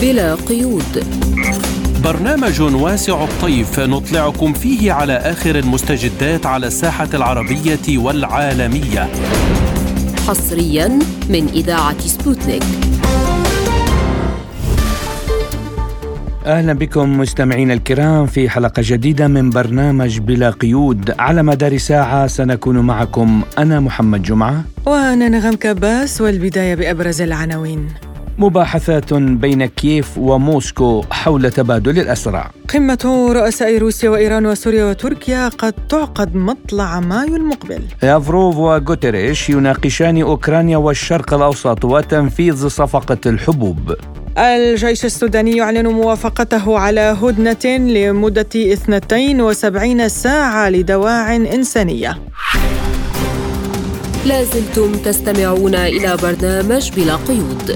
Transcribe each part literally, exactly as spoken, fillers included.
بلا قيود، برنامج واسع الطيف نطلعكم فيه على آخر المستجدات على الساحة العربية والعالمية، حصريا من إذاعة سبوتنيك. أهلا بكم مستمعينا الكرام في حلقة جديدة من برنامج بلا قيود. على مدار ساعة سنكون معكم أنا محمد جمعة وأنا نغم كباس، والبداية بأبرز العناوين. مباحثات بين كييف وموسكو حول تبادل الأسرى. قمة رؤساء روسيا وإيران وسوريا وتركيا قد تعقد مطلع مايو المقبل. لافروف وغوتيريش يناقشان أوكرانيا والشرق الأوسط وتنفيذ صفقة الحبوب. الجيش السوداني يعلن موافقته على هدنة لمدة اثنتين وسبعين ساعة لدواعٍ إنسانية. لازلتم تستمعون إلى برنامج بلا قيود.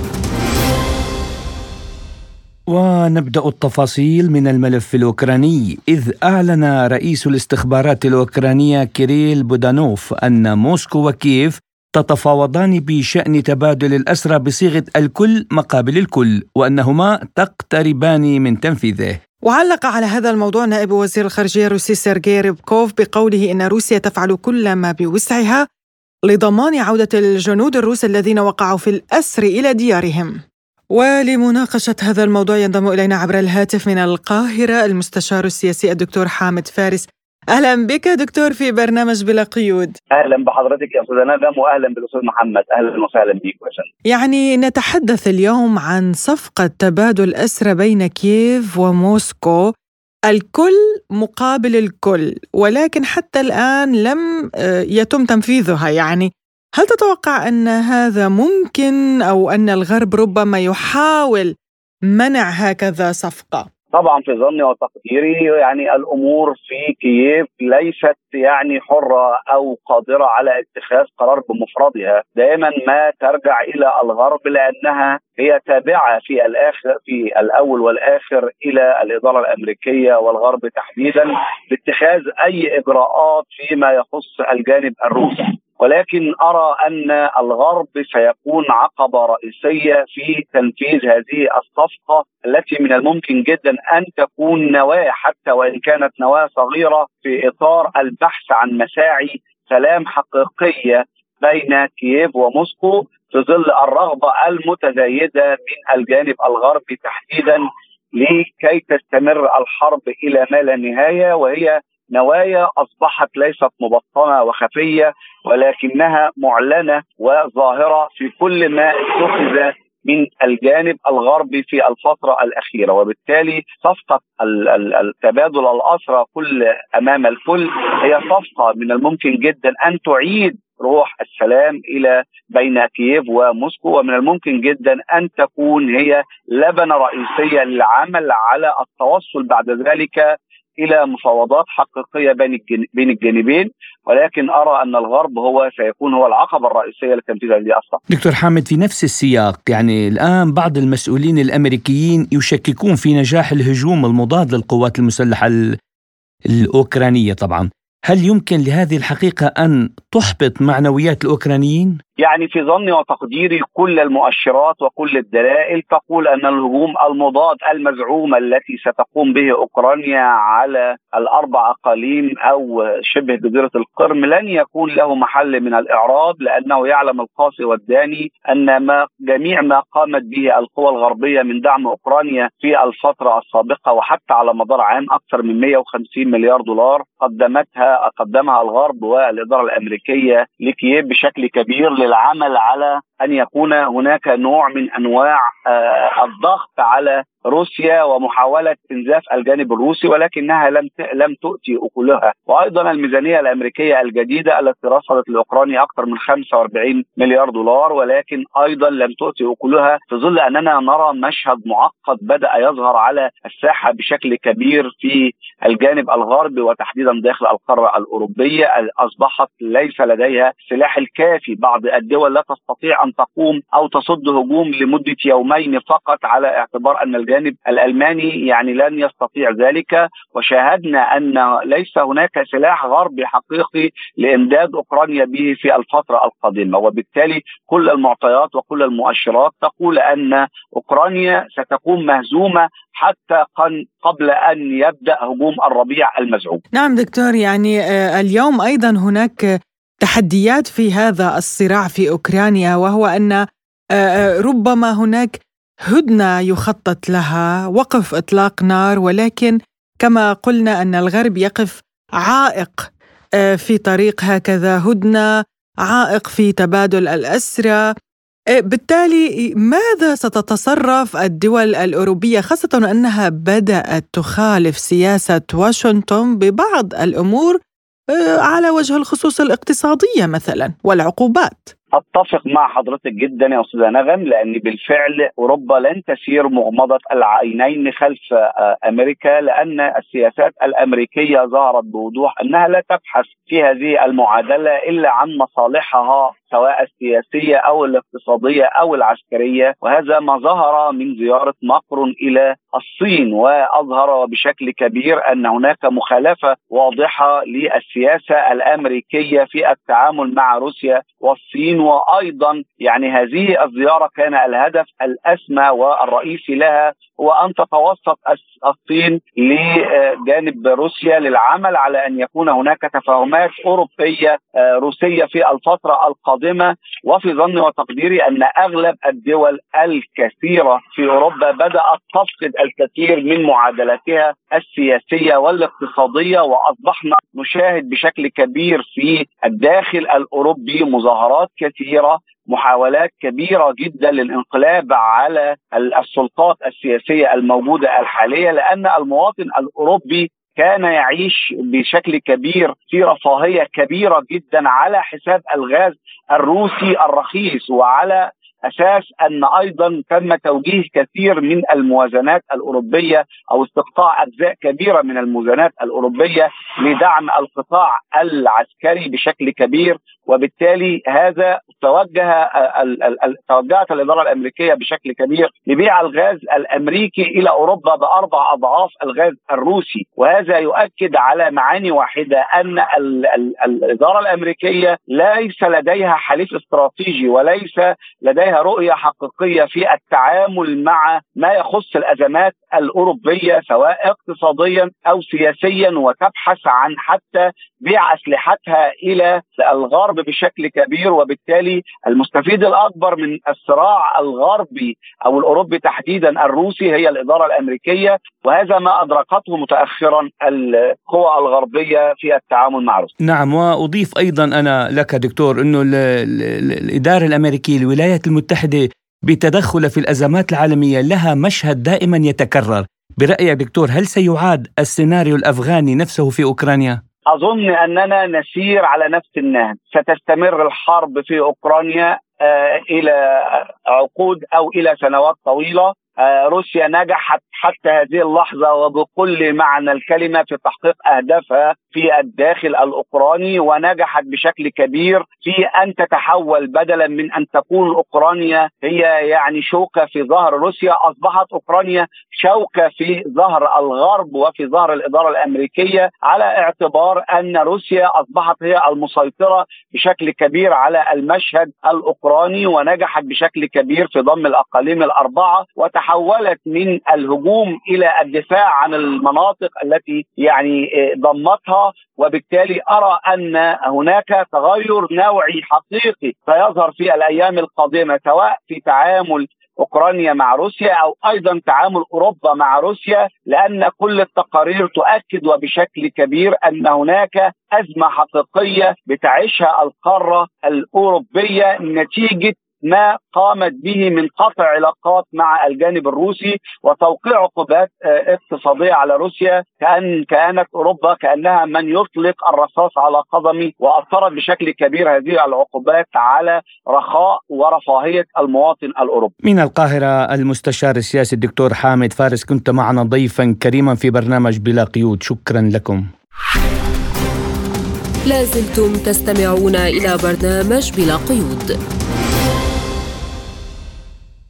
ونبدأ التفاصيل من الملف الأوكراني، إذ أعلن رئيس الاستخبارات الأوكرانية كيريل بودانوف أن موسكو وكييف تتفاوضان بشأن تبادل الأسرى بصيغة الكل مقابل الكل، وأنهما تقتربان من تنفيذه. وعلق على هذا الموضوع نائب وزير الخارجية الروسي سيرجي ريبكوف بقوله إن روسيا تفعل كل ما بوسعها لضمان عودة الجنود الروس الذين وقعوا في الأسر إلى ديارهم. ولمناقشة هذا الموضوع ينضم إلينا عبر الهاتف من القاهرة المستشار السياسي الدكتور حامد فارس. أهلا بك دكتور في برنامج بلا قيود. أهلا بحضرتك يا أستاذ نغم، وأهلا بالأستاذ محمد. أهلا وسهلا بك. يعني نتحدث اليوم عن صفقة تبادل أسرى بين كييف وموسكو، الكل مقابل الكل، ولكن حتى الآن لم يتم تنفيذها. يعني هل تتوقع أن هذا ممكن، أو أن الغرب ربما يحاول منع هكذا صفقة؟ طبعا في ظني وتقديري يعني الأمور في كييف ليست يعني حرة أو قادرة على اتخاذ قرار بمفردها، دائما ما ترجع إلى الغرب، لأنها هي تابعة في الآخر في الأول والآخر إلى الإدارة الأمريكية والغرب تحديدا باتخاذ أي إجراءات فيما يخص الجانب الروسي. ولكن أرى أن الغرب سيكون عقبة رئيسية في تنفيذ هذه الصفقة التي من الممكن جدا أن تكون نواة، حتى وإن كانت نواة صغيرة، في إطار البحث عن مساعي سلام حقيقية بين كييف وموسكو في ظل الرغبة المتزايدة من الجانب الغربي تحديدا لكي تستمر الحرب إلى ما لا نهاية. وهي نوايا أصبحت ليست مبطنة وخفية، ولكنها معلنة وظاهرة في كل ما اتخذ من الجانب الغربي في الفترة الأخيرة. وبالتالي صفقة التبادل الأسرى كل أمام الكل هي صفقة من الممكن جدا أن تعيد روح السلام إلى بين كييف وموسكو، ومن الممكن جدا أن تكون هي لبنة رئيسية للعمل على التوصل بعد ذلك إلى مفاوضات حقيقية بين بين الجانبين. ولكن أرى أن الغرب هو سيكون هو العقبة الرئيسية لتنفيذ هذه الصفقة. دكتور حامد، في نفس السياق، يعني الآن بعض المسؤولين الأمريكيين يشككون في نجاح الهجوم المضاد للقوات المسلحة الأوكرانية. طبعا هل يمكن لهذه الحقيقة أن تحبط معنويات الأوكرانيين؟ يعني في ظني وتقديري كل المؤشرات وكل الدلائل تقول أن الهجوم المضاد المزعوم التي ستقوم به أوكرانيا على الأربع أقاليم أو شبه جزيرة القرم لن يكون له محل من الإعراض، لأنه يعلم القاصي والداني أن ما جميع ما قامت به القوى الغربية من دعم أوكرانيا في الفترة السابقة وحتى على مدار عام أكثر من مئة وخمسين مليار دولار قدمتها قدمها الغرب والإدارة الأمريكية لكييف بشكل كبير للعمل على أن يكون هناك نوع من أنواع الضغط على روسيا ومحاولة إنزاف الجانب الروسي، ولكنها لم لم تؤتي أكلها. وأيضا الميزانية الأمريكية الجديدة التي رصدت لأوكرانيا أكثر من خمسة وأربعين مليار دولار، ولكن أيضا لم تؤتي أكلها، في ظل أننا نرى مشهد معقد بدأ يظهر على الساحة بشكل كبير في الجانب الغربي وتحديدا داخل القارة الأوروبية. أصبحت ليس لديها السلاح الكافي، بعض الدول لا تستطيع أن تقوم أو تصد هجوم لمدة يومين فقط، على اعتبار أن الجانب الألماني يعني لن يستطيع ذلك. وشاهدنا أن ليس هناك سلاح غربي حقيقي لإمداد أوكرانيا به في الفترة القادمة، وبالتالي كل المعطيات وكل المؤشرات تقول أن أوكرانيا ستكون مهزومة حتى قبل أن يبدأ هجوم الربيع المزعوم. نعم دكتور، يعني اليوم أيضا هناك تحديات في هذا الصراع في أوكرانيا، وهو أن ربما هناك هدنة يخطط لها، وقف إطلاق نار، ولكن كما قلنا أن الغرب يقف عائق في طريق هكذا هدنة، عائق في تبادل الأسرى. بالتالي ماذا ستتصرف الدول الأوروبية، خاصة أنها بدأت تخالف سياسة واشنطن ببعض الأمور على وجه الخصوص الاقتصادية مثلا والعقوبات؟ أتفق مع حضرتك جدا يا أستاذة نغم، لأن بالفعل أوروبا لن تسير مغمضة العينين خلف أمريكا، لأن السياسات الأمريكية ظهرت بوضوح أنها لا تبحث في هذه المعادلة إلا عن مصالحها سواء السياسية أو الاقتصادية أو العسكرية. وهذا ما ظهر من زيارة ماكرون إلى الصين، وأظهر بشكل كبير أن هناك مخالفة واضحة للسياسة الأمريكية في التعامل مع روسيا والصين. وأيضا يعني هذه الزيارة كان الهدف الأسمى والرئيسي لها هو أن تتوسط الصين لجانب روسيا للعمل على أن يكون هناك تفاهمات أوروبية روسية في الفترة القادمة. وفي ظني وتقديري أن أغلب الدول الكثيرة في أوروبا بدأت تفقد الكثير من معادلاتها السياسية والاقتصادية، وأصبحنا نشاهد بشكل كبير في الداخل الأوروبي مظاهرات كثيرة، محاولات كبيرة جدا للانقلاب على السلطات السياسية الموجودة الحالية، لأن المواطن الأوروبي كان يعيش بشكل كبير في رفاهية كبيرة جدا على حساب الغاز الروسي الرخيص، وعلى أساس أن أيضا تم توجيه كثير من الموازنات الأوروبية أو استقطاع أجزاء كبيرة من الموازنات الأوروبية لدعم القطاع العسكري بشكل كبير. وبالتالي هذا توجه توجهت الإدارة الأمريكية بشكل كبير لبيع الغاز الأمريكي إلى أوروبا بأربع أضعاف الغاز الروسي. وهذا يؤكد على معاني واحدة، أن الإدارة الأمريكية ليس لديها حليف استراتيجي وليس لديها رؤية حقيقية في التعامل مع ما يخص الأزمات الأوروبية سواء اقتصاديا أو سياسيا، وتبحث عن حتى بيع أسلحتها إلى الغرب بشكل كبير. وبالتالي المستفيد الأكبر من الصراع الغربي أو الأوروبي تحديدا الروسي هي الإدارة الأمريكية، وهذا ما أدركته متأخرا القوى الغربية في التعامل مع روسيا. نعم، وأضيف أيضا أنا لك دكتور أنه الإدارة الأمريكية الولايات المتحدة بتدخل في الأزمات العالمية لها مشهد دائما يتكرر. برأيك دكتور، هل سيعاد السيناريو الأفغاني نفسه في أوكرانيا؟ أظن أننا نسير على نفس النهج. ستستمر الحرب في أوكرانيا آه إلى عقود أو إلى سنوات طويلة. آه روسيا نجحت حتى هذه اللحظة وبكل معنى الكلمة في تحقيق أهدافها في الداخل الأوكراني، ونجحت بشكل كبير في أن تتحول بدلا من أن تكون أوكرانيا هي يعني شوكة في ظهر روسيا، أصبحت أوكرانيا شوكة في ظهر الغرب وفي ظهر الإدارة الأمريكية، على اعتبار أن روسيا أصبحت هي المسيطرة بشكل كبير على المشهد الأوكراني، ونجحت بشكل كبير في ضم الأقاليم الأربعة، وتحولت من الهجوم إلى الدفاع عن المناطق التي يعني ضمتها. وبالتالي أرى أن هناك تغير نوعي حقيقي سيظهر في الأيام القادمة، سواء في تعامل أوكرانيا مع روسيا أو أيضا تعامل أوروبا مع روسيا، لأن كل التقارير تؤكد وبشكل كبير أن هناك أزمة حقيقية بتعيشها القارة الأوروبية نتيجة ما قامت به من قطع علاقات مع الجانب الروسي وتوقيع عقوبات اقتصادية على روسيا، كأن كانت أوروبا كأنها من يطلق الرصاص على قدمه، وأثرت بشكل كبير هذه العقوبات على رخاء ورفاهية المواطن الأوروبي. من القاهرة المستشار السياسي الدكتور حامد فارس، كنت معنا ضيفا كريما في برنامج بلا قيود، شكرا لكم. لازلتم تستمعون إلى برنامج بلا قيود.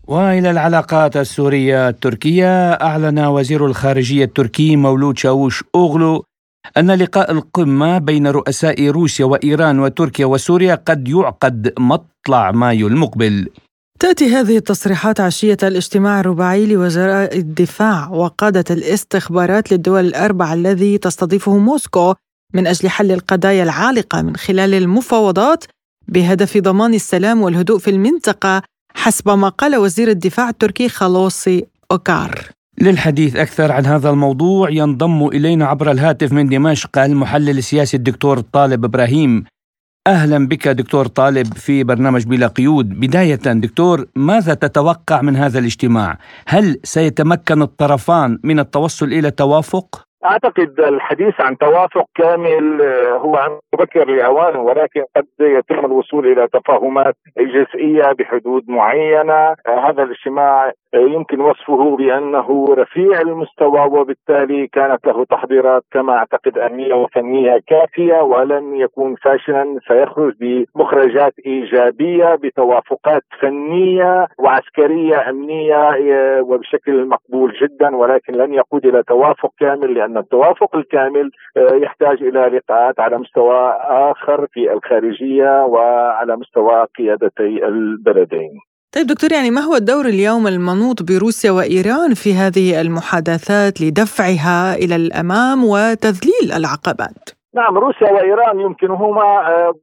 وإلى العلاقات السورية التركية، أعلن وزير الخارجية التركي مولود شاوش أوغلو أن لقاء القمة بين رؤساء روسيا وإيران وتركيا وسوريا قد يعقد مطلع مايو المقبل. تأتي هذه التصريحات عشية الاجتماع الرباعي لوزراء الدفاع وقادة الاستخبارات للدول الأربع الذي تستضيفه موسكو من أجل حل القضايا العالقة من خلال المفاوضات بهدف ضمان السلام والهدوء في المنطقة، حسب ما قال وزير الدفاع التركي خلوصي أوكار. للحديث أكثر عن هذا الموضوع ينضم إلينا عبر الهاتف من دمشق المحلل السياسي الدكتور طالب إبراهيم. أهلا بك دكتور طالب في برنامج بلا قيود. بداية دكتور، ماذا تتوقع من هذا الاجتماع؟ هل سيتمكن الطرفان من التوصل إلى توافق؟ أعتقد الحديث عن توافق كامل هو عن مبكر لأوانه، ولكن قد يتم الوصول إلى تفاهمات جزئية بحدود معينة. هذا الاجتماع يمكن وصفه بأنه رفيع المستوى، وبالتالي كانت له تحضيرات كما أعتقد أمنية وفنية كافية، ولن يكون فاشلا، سيخرج بمخرجات إيجابية بتوافقات فنية وعسكرية أمنية وبشكل مقبول جدا، ولكن لن يقود إلى توافق كامل، لأن التوافق الكامل يحتاج إلى لقاءات على مستوى آخر في الخارجية وعلى مستوى قيادتي البلدين. طيب دكتور، يعني ما هو الدور اليوم المنوط بروسيا وإيران في هذه المحادثات لدفعها إلى الأمام وتذليل العقبات؟ نعم، روسيا وإيران يمكنهما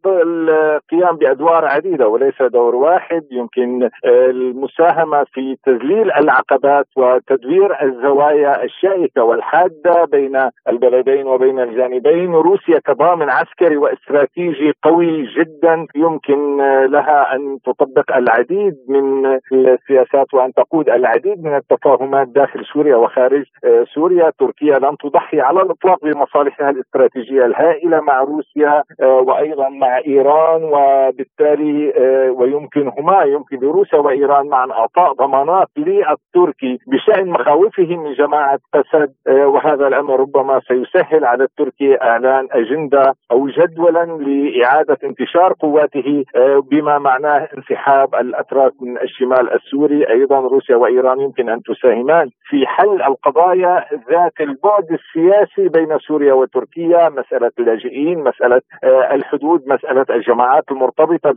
القيام بأدوار عديدة وليس دور واحد. يمكن المساهمة في تذليل العقبات وتدوير الزوايا الشائكة والحادة بين البلدين وبين الجانبين. روسيا كضامن عسكري واستراتيجي قوي جدا يمكن لها أن تطبق العديد من السياسات وأن تقود العديد من التفاهمات داخل سوريا وخارج سوريا. تركيا لن تضحي على الإطلاق بمصالحها الاستراتيجية الهائلة مع روسيا وأيضا مع إيران، وبالتالي ويمكنهما يمكن لروسيا وإيران معا إعطاء ضمانات للتركي بشأن مخاوفهم من جماعة أسد، وهذا الأمر ربما سيسهل على التركي إعلان أجندة أو جدولا لإعادة انتشار قواته بما معناه انسحاب الأتراك من الشمال السوري. أيضا روسيا وإيران يمكن أن تساهمان في حل القضايا ذات البعد السياسي بين سوريا وتركيا، مسألة اللاجئين، مسألة الحدود، مسألة الجماعات المرتبطة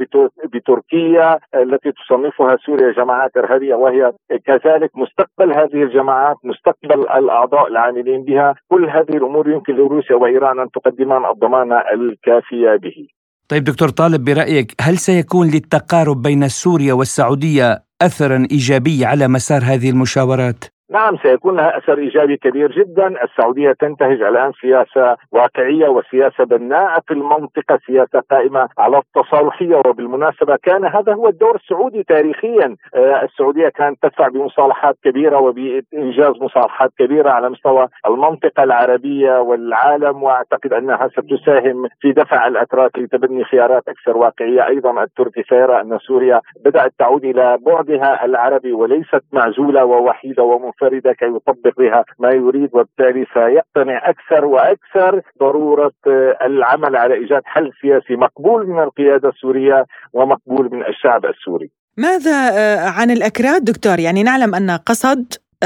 بتركيا التي تصنفها سوريا جماعات إرهابية، وهي كذلك مستقبل هذه الجماعات، مستقبل الأعضاء العاملين بها. كل هذه الأمور يمكن لروسيا وإيران أن تقدمان الضمانة الكافية به. طيب دكتور طالب، برأيك هل سيكون للتقارب بين سوريا والسعودية أثرا إيجابي على مسار هذه المشاورات؟ نعم، سيكون لها أثر إيجابي كبير جدا. السعودية تنتهج الآن سياسة واقعية وسياسة بناءة في المنطقة، سياسة قائمة على التصالحية، وبالمناسبة كان هذا هو الدور السعودي تاريخيا. السعودية كانت تدفع بمصالحات كبيرة وبإنجاز مصالحات كبيرة على مستوى المنطقة العربية والعالم، وأعتقد أنها ستساهم في دفع الأتراك لتبني خيارات أكثر واقعية. أيضا التركي سيرى أن سوريا بدأت تعود إلى بعدها العربي وليست معزولة ووحيدة ومنفردة فريدة كي يطبق بها ما يريد، وبالتالي سيقتنع أكثر وأكثر ضرورة العمل على إيجاد حل سياسي مقبول من القيادة السورية ومقبول من الشعب السوري. ماذا عن الأكراد دكتور؟ يعني نعلم أن قسد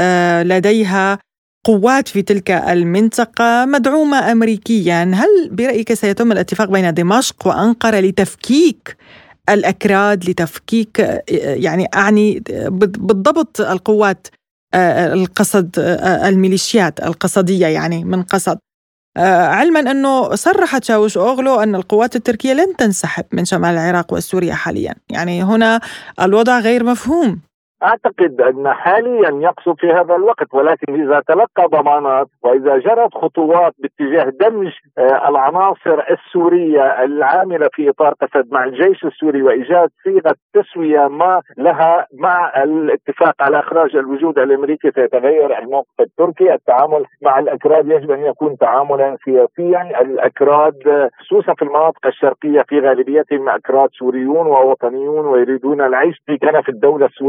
لديها قوات في تلك المنطقة مدعومة أمريكيا، هل برأيك سيتم الاتفاق بين دمشق وأنقرة لتفكيك الأكراد، لتفكيك يعني أعني بالضبط القوات القسد، الميليشيات القسدية يعني من قسد، علما أنه صرحت شاوش أوغلو أن القوات التركية لن تنسحب من شمال العراق وسوريا حاليا؟ يعني هنا الوضع غير مفهوم. أعتقد أن حاليا يقصد في هذا الوقت، ولكن إذا تلقى ضمانات وإذا جرت خطوات باتجاه دمج العناصر السورية العاملة في إطار قسد مع الجيش السوري وإيجاد صيغة تسوية ما لها مع الاتفاق على إخراج الوجود الأمريكي، سيتغير الموقف التركي. التعامل مع الأكراد يجب أن يكون تعاملا سياسيا. الأكراد خصوصا في المناطق الشرقية في غالبيتهم أكراد سوريون ووطنيون ويريدون العيش في كنف الدولة السورية، قد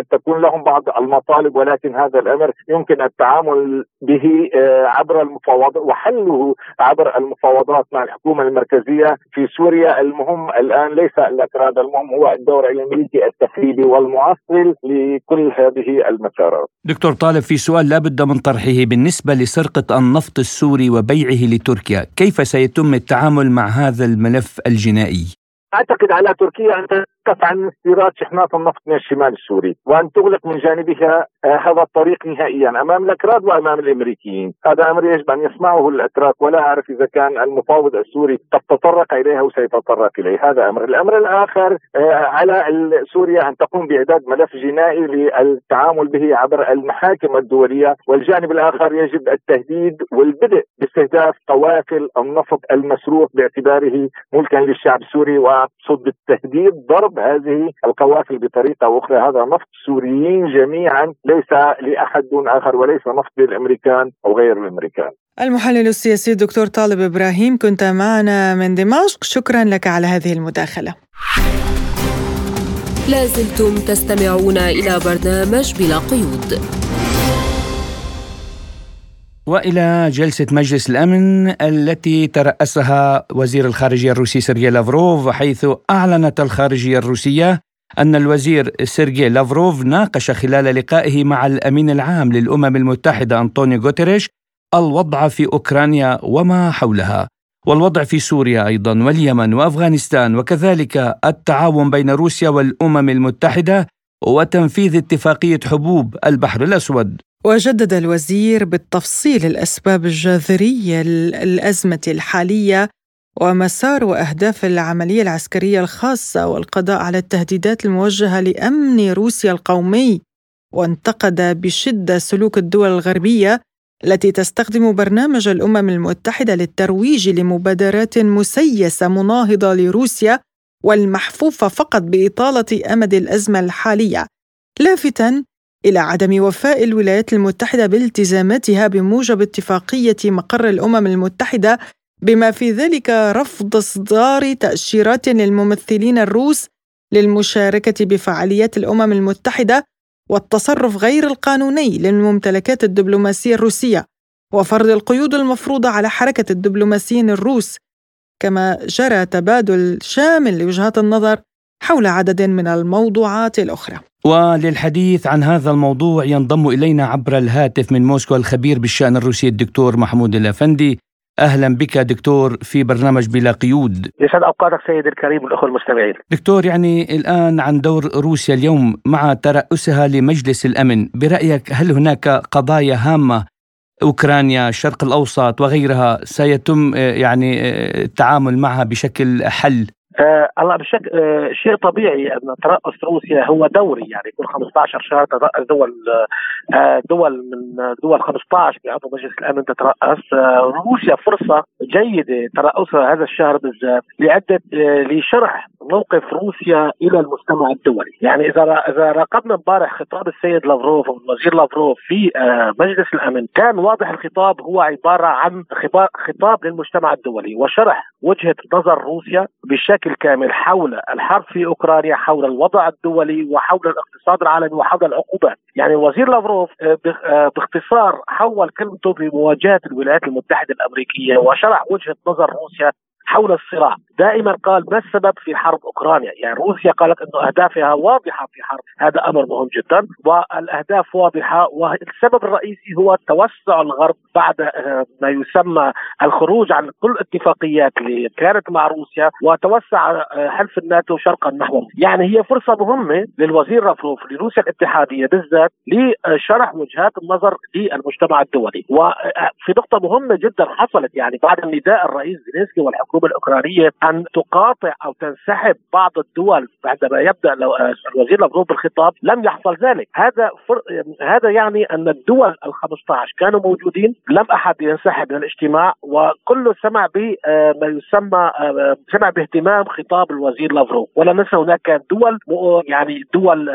تكون لهم بعض المطالب، ولكن هذا الأمر يمكن التعامل به عبر المفاوضات وحله عبر المفاوضات مع الحكومة المركزية في سوريا. المهم الآن ليس الأكراد، المهم هو الدور الأمريكي التخريبي والمعصل لكل هذه المسارات. دكتور طالب، في سؤال لا بد من طرحه بالنسبة لسرقة النفط السوري وبيعه لتركيا، كيف سيتم التعامل مع هذا الملف الجنائي؟ أعتقد على تركيا أن تتوقف عن استيراد شحنات النفط من الشمال السوري وأن تغلق من جانبها هذا الطريق نهائيا أمام الأكراد وأمام الأمريكيين. هذا أمر يجب أن يسمعه الأتراك، ولا أعرف إذا كان المفاوض السوري قد تطرق إليه أو سيتطرق إليه. هذا أمر. الأمر الآخر على سوريا أن تقوم بإعداد ملف جنائي للتعامل به عبر المحاكم الدولية، والجانب الآخر يجب التهديد والبدء باستهداف قوافل النفط المسروق باعتباره ملكا للشعب السوري، وأقصد بالتهديد ضرب هذه القوافل بطريقة أو أخرى. هذا نفط سوريين جميعا، ليس لأحد دون آخر، وليس نفط للأمريكان أو غير الأمريكان. المحلل السياسي الدكتور طالب إبراهيم، كنت معنا من دمشق، شكرا لك على هذه المداخلة. لازلتم تستمعون إلى برنامج بلا قيود. وإلى جلسة مجلس الأمن التي ترأسها وزير الخارجية الروسي سيرجي لافروف، حيث أعلنت الخارجية الروسية أن الوزير سيرجي لافروف ناقش خلال لقائه مع الأمين العام للأمم المتحدة أنطونيو غوتيريش الوضع في أوكرانيا وما حولها، والوضع في سوريا أيضا واليمن وأفغانستان، وكذلك التعاون بين روسيا والأمم المتحدة وتنفيذ اتفاقية حبوب البحر الأسود. وجدد الوزير بالتفصيل الأسباب الجذرية للأزمة الحالية ومسار وأهداف العملية العسكرية الخاصة والقضاء على التهديدات الموجهة لأمن روسيا القومي، وانتقد بشدة سلوك الدول الغربية التي تستخدم برنامج الأمم المتحدة للترويج لمبادرات مسيسة مناهضة لروسيا والمحفوفة فقط بإطالة أمد الأزمة الحالية، لافتاً إلى عدم وفاء الولايات المتحدة بالتزاماتها بموجب اتفاقية مقر الأمم المتحدة، بما في ذلك رفض إصدار تأشيرات للممثلين الروس للمشاركة بفعاليات الأمم المتحدة، والتصرف غير القانوني للممتلكات الدبلوماسية الروسية، وفرض القيود المفروضة على حركة الدبلوماسيين الروس، كما جرى تبادل شامل لوجهات النظر حول عدد من الموضوعات الأخرى. وللحديث عن هذا الموضوع ينضم إلينا عبر الهاتف من موسكو الخبير بالشأن الروسي الدكتور محمود الأفندي. أهلا بك دكتور في برنامج بلا قيود. يسعد أوقاتك سيدي الكريم والأخوة المستمعين. دكتور، يعني الآن عن دور روسيا اليوم مع ترأسها لمجلس الأمن، برأيك هل هناك قضايا هامة أوكرانيا، الشرق الأوسط وغيرها سيتم يعني التعامل معها بشكل حل؟ آه الله بشكل آه شيء طبيعي أن ترأس روسيا هو دوري، يعني كل خمسة عشر شهر ترأس دول آه دول من دول خمسة عشر بعضو مجلس الأمن تترأس. آه روسيا فرصة جيدة ترأسها هذا الشهر بالذات لعدة آه لشرح موقف روسيا إلى المجتمع الدولي. يعني إذا إذا راقبنا امبارح خطاب السيد لافروف والوزير لافروف في آه مجلس الأمن، كان واضح الخطاب هو عبارة عن خطاب للمجتمع الدولي وشرح وجهة نظر روسيا بشكل كامل حول الحرب في أوكرانيا، حول الوضع الدولي وحول الاقتصاد العالمي وحول العقوبات. يعني وزير لافروف باختصار حول كلمته بمواجهة الولايات المتحدة الأمريكية وشرح وجهة نظر روسيا حول الصراع. دائما قال ما السبب في حرب أوكرانيا، يعني روسيا قالت أن أهدافها واضحة في حرب، هذا أمر مهم جدا والأهداف واضحة، والسبب الرئيسي هو توسع الغرب بعد ما يسمى الخروج عن كل الاتفاقيات اللي كانت مع روسيا وتوسع حلف الناتو شرقا نحوه. يعني هي فرصة مهمة للوزير لافروف لروسيا الاتحادية بالذات لشرح وجهات النظر للمجتمع الدولي. وفي نقطة مهمة جدا حصلت يعني بعد النداء الرئيس زيلينسكي والحكومة الأوكرانية أن تقاطع أو تنسحب بعض الدول عندما يبدأ الوزير لافروف بالخطاب، لم يحصل ذلك. هذا فر... هذا يعني أن الدول الخمسة عشر كانوا موجودين، لم أحد ينسحب من الاجتماع، وكله سمع بما يسمى سمع باهتمام خطاب الوزير لافروف. ولا ننسى هناك كانت دول يعني دول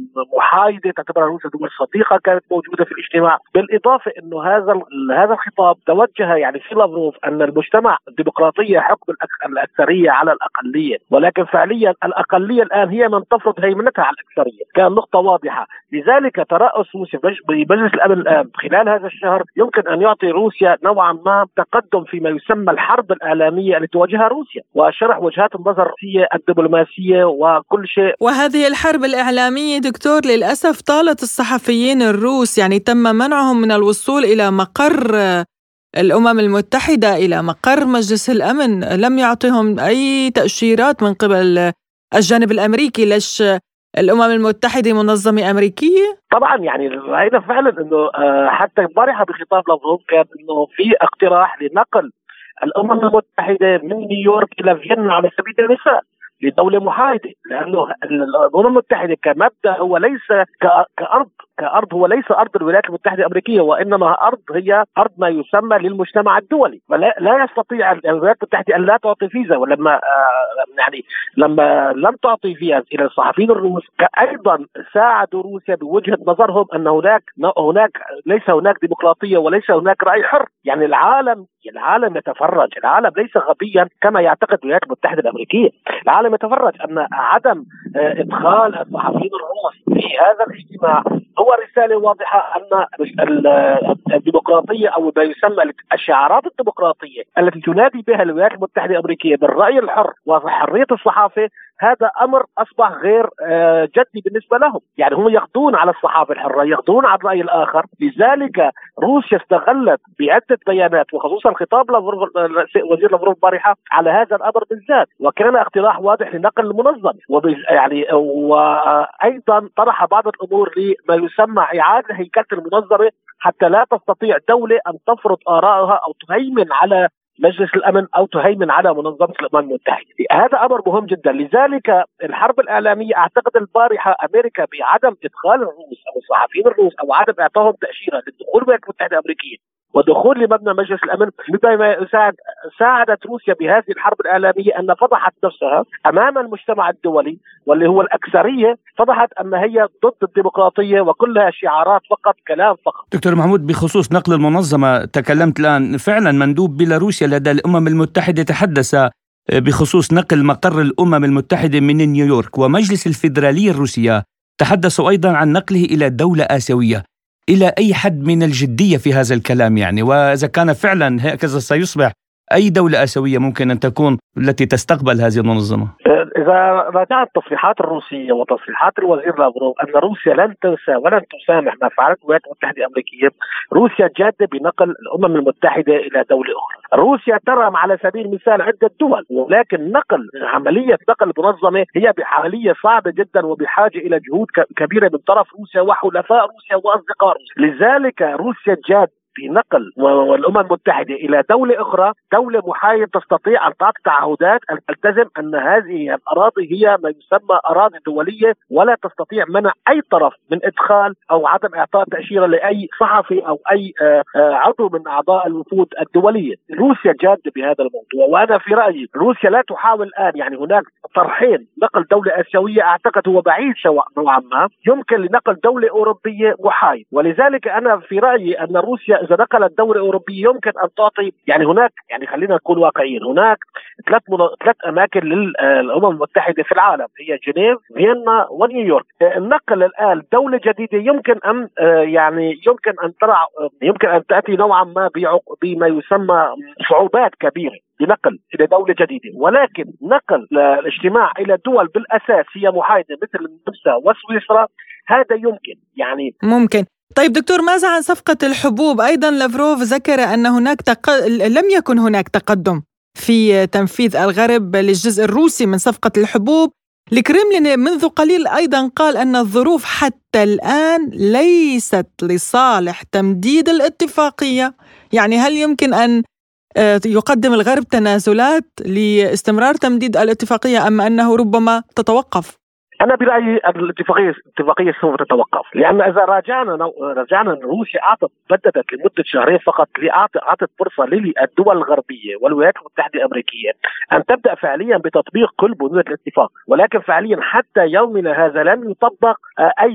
محايدة تعتبر روسيا دول صديقة كانت موجودة في الاجتماع. بالإضافة أنه هذا هذا الخطاب توجه يعني في لافروف أن المجتمع الديمقراطية حكم الأكثرية على الأقلية، ولكن فعليا الأقلية الآن هي من تفرض هيمنتها على الأكثرية. كان نقطة واضحة. لذلك ترأس روسيا بمجلس الأمن الآن خلال هذا الشهر يمكن أن يعطي روسيا نوعا ما تقدم فيما يسمى الحرب الإعلامية التي تواجهها روسيا، وشرح وجهات النظر الروسية الدبلوماسية وكل شيء. وهذه الحرب الإعلامية دكتور للأسف طالت الصحفيين الروس، يعني تم منعهم من الوصول إلى مقر الأمم المتحدة، إلى مقر مجلس الأمن. لم يعطيهم أي تأشيرات من قبل الجانب الأمريكي. ليش الأمم المتحدة منظمة أمريكية؟ طبعا يعني رأينا فعلا أنه حتى البارحة بخطاب لافروف كان أنه في اقتراح لنقل الأمم المتحدة من نيويورك إلى فيينا على سبيل المثال لدولة محايدة، لأنه الأمم المتحدة كمبدأ هو ليس كأرض كأرض هو ليس أرض الولايات المتحدة الأمريكية، وإنما أرض هي أرض ما يسمى للمجتمع الدولي. ولا لا يستطيع الولايات المتحدة أن لا تعطي فيزا، ولما آه يعني لما لم تعطي فيزا إلى الصحفيين الروس أيضا ساعدوا روسيا بوجهة نظرهم أن هناك هناك ليس هناك ديمقراطية وليس هناك رأي حر. يعني العالم العالم يتفرج، العالم ليس غبيا كما يعتقد الولايات المتحدة الأمريكية. العالم يتفرج أن عدم إدخال الصحفيين الروس في هذا الاجتماع هو رسالة واضحة أن الديمقراطية أو ما يسمى الشعارات الديمقراطية التي تنادي بها الولايات المتحدة الأمريكية بالرأي الحر وحرية الصحافة هذا أمر أصبح غير جدي بالنسبة لهم. يعني هم يخضون على الصحافة الحرة، يخضون على الرأي الآخر. لذلك روسيا استغلت بعدة بيانات وخصوصا خطاب وزير لافروف البارحة على هذا الأمر بالذات، وكان اقتراح واضح لنقل المنظمة، يعني وأيضا طرح بعض الأمور لما يسمى إعادة هيكلة المنظمة حتى لا تستطيع دولة أن تفرض آرائها أو تهيمن على مجلس الأمن أو تهيمن على منظمة الأمم المتحدة. هذا أمر مهم جدا. لذلك الحرب الإعلامية أعتقد البارحة أمريكا بعدم إدخال الروس أو الصحفيين الروس أو عدم إعطائهم تأشيرة للدخول بالولايات المتحدة الأمريكية ودخول لمبنى مجلس الأمن بما يساعد ساعدت روسيا بهذه الحرب الإعلامية أن فضحت نفسها أمام المجتمع الدولي واللي هو الأكثرية، فضحت أن هي ضد الديمقراطية وكلها شعارات فقط، كلام فقط. دكتور محمود، بخصوص نقل المنظمة تكلمت الآن، فعلا مندوب بيلاروسيا لدى الأمم المتحدة تحدث بخصوص نقل مقر الأمم المتحدة من نيويورك، ومجلس الفيدرالية الروسية تحدثوا أيضا عن نقله إلى دولة آسيوية. إلى أي حد من الجدية في هذا الكلام يعني؟ وإذا كان فعلا هكذا سيصبح أي دولة آسيوية ممكن أن تكون التي تستقبل هذه المنظمة؟ إذا راجعت التصريحات الروسية وتصريحات الوزير لافروف أن روسيا لن تنسى ولن تسامح ما فعلته الولايات المتحدة الأمريكية، روسيا جادة بنقل الأمم المتحدة إلى دولة أخرى. روسيا ترى على سبيل المثال عدة دول، ولكن نقل عملية نقل المنظمة هي بعملية صعبة جدا وبحاجة إلى جهود كبيرة من طرف روسيا وحلفاء روسيا وأصدقاء روسيا. لذلك روسيا جاد في نقل والأمم المتحدة إلى دولة أخرى، دولة محايدة تستطيع أن تعطي تعهدات أن تلتزم أن هذه الأراضي هي ما يسمى أراضي دولية، ولا تستطيع منع أي طرف من إدخال أو عدم إعطاء تأشيرة لأي صحفي أو أي عضو من أعضاء الوفود الدولية. روسيا جادة بهذا الموضوع، وأنا في رأيي روسيا لا تحاول الآن، يعني هناك طرحين، نقل دولة آسيوية أعتقد هو بعيد نوعا ما، يمكن لنقل دولة أوروبية محايد. ولذلك أنا في رأيي أن روسيا إذا نقلت دولة أوروبية يمكن أن تعطي، يعني هناك، يعني خلينا نكون واقعيين، هناك ثلاث من... ثلاث أماكن للأمم المتحدة في العالم، هي جنيف، فيينا، ونيويورك. النقل الآن دولة جديدة يمكن أن يعني يمكن أن ترى يمكن أن تأتي نوعا ما بعق... بما يسمى صعوبات كبيرة بنقل إلى دولة جديدة، ولكن نقل الاجتماع إلى دول بالأساس هي محايدة مثل النمسا وسويسرا هذا يمكن، يعني ممكن. طيب دكتور، ماذا عن صفقة الحبوب؟ أيضا لافروف ذكر أن هناك تق... لم يكن هناك تقدم في تنفيذ الغرب للجزء الروسي من صفقة الحبوب. الكرملين منذ قليل أيضا قال أن الظروف حتى الآن ليست لصالح تمديد الاتفاقية. يعني هل يمكن أن يقدم الغرب تنازلات لاستمرار تمديد الاتفاقية أم أنه ربما تتوقف؟ أنا برأيي الاتفاقية الاتفاقية سوف تتوقف، لأن إذا راجعنا رجعنا روسيا أعطت بددت لمدة شهرين فقط، أعطت فرصة للدول الغربية والولايات المتحدة الأمريكية أن تبدأ فعليا بتطبيق كل بنود الاتفاق، ولكن فعليا حتى يومنا هذا لم يطبق أي بند.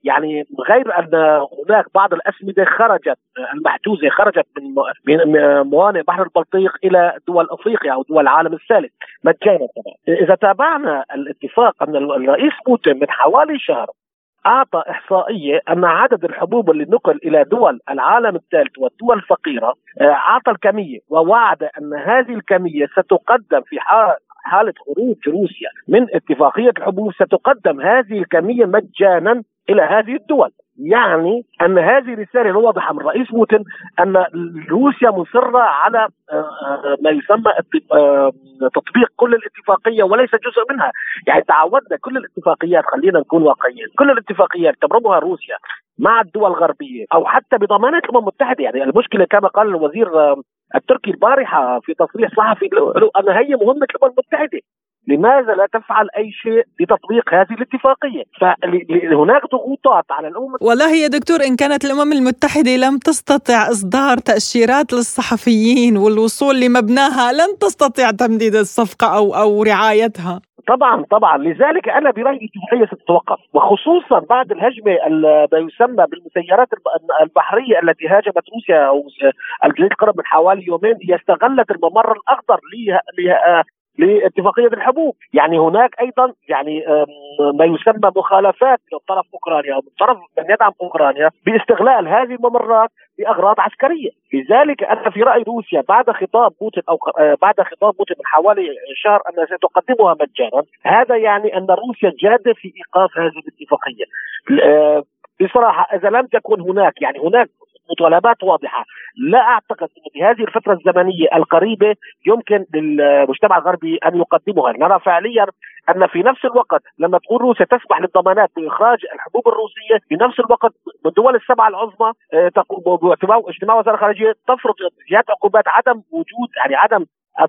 يعني غير أن هناك بعض الأسمدة خرجت المحجوزة خرجت من موانئ بحر البلطيق إلى دول أفريقيا أو دول العالم الثالث مجانا طبعا. إذا تابعنا الاتفاق أن الرئيس بوتين من حوالي شهر أعطى إحصائية أن عدد الحبوب اللي نقل إلى دول العالم الثالث والدول الفقيرة أعطى الكمية، ووعد أن هذه الكمية ستقدم في حالة خروج روسيا من اتفاقية الحبوب، ستقدم هذه الكمية مجانا إلى هذه الدول. يعني أن هذه رسالة واضحة من رئيس بوتين أن روسيا مصرة على ما يسمى تطبيق كل الاتفاقية وليس جزء منها. يعني تعودنا كل الاتفاقيات، خلينا نكون واقعيين، كل الاتفاقيات تبرمها روسيا مع الدول الغربية أو حتى بضمانات الأمم المتحدة. يعني المشكلة كما قال الوزير التركي البارحة في تصريح صحفي أن هي مهمة الأمم المتحدة، لماذا لا تفعل أي شيء لتطبيق هذه الاتفاقية؟ فهناك ضغوطات على الأمم. والله يا دكتور، إن كانت الأمم المتحدة لم تستطع إصدار تأشيرات للصحفيين والوصول لمبناها، لن تستطيع تمديد الصفقة أو أو رعايتها. طبعا طبعا لذلك أنا برأيي الاتفاقية ستتوقف، وخصوصا بعد الهجمة ما يسمى بالمسيرات البحرية التي هاجمت روسيا أو الجزيرة القرم من حوالي يومين. هي استغلت الممر الأخضر لها لاتفاقية الحبوب. يعني هناك أيضا يعني ما يسمى مخالفات من طرف أوكرانيا أو من طرف من يدعم أوكرانيا باستغلال هذه الممرات لأغراض عسكرية. لذلك أنا في رأي روسيا بعد خطاب بوتين أو بعد خطاب بوتين من حوالي شهر أنها ستقدمها مجانا، هذا يعني أن روسيا جادة في إيقاف هذه الاتفاقية. بصراحة إذا لم تكن هناك يعني هناك مطالبات واضحة، لا أعتقد أن في هذه الفترة الزمنية القريبة يمكن للمجتمع الغربي أن يقدمها. نرى فعليا أن في نفس الوقت لما تقول روسيا تسمح للضمانات بإخراج الحبوب الروسية، في نفس الوقت الدول السبعة العظمى اجتماع وزارة الخارجية تفرض زيادة عقوبات عدم وجود يعني عدم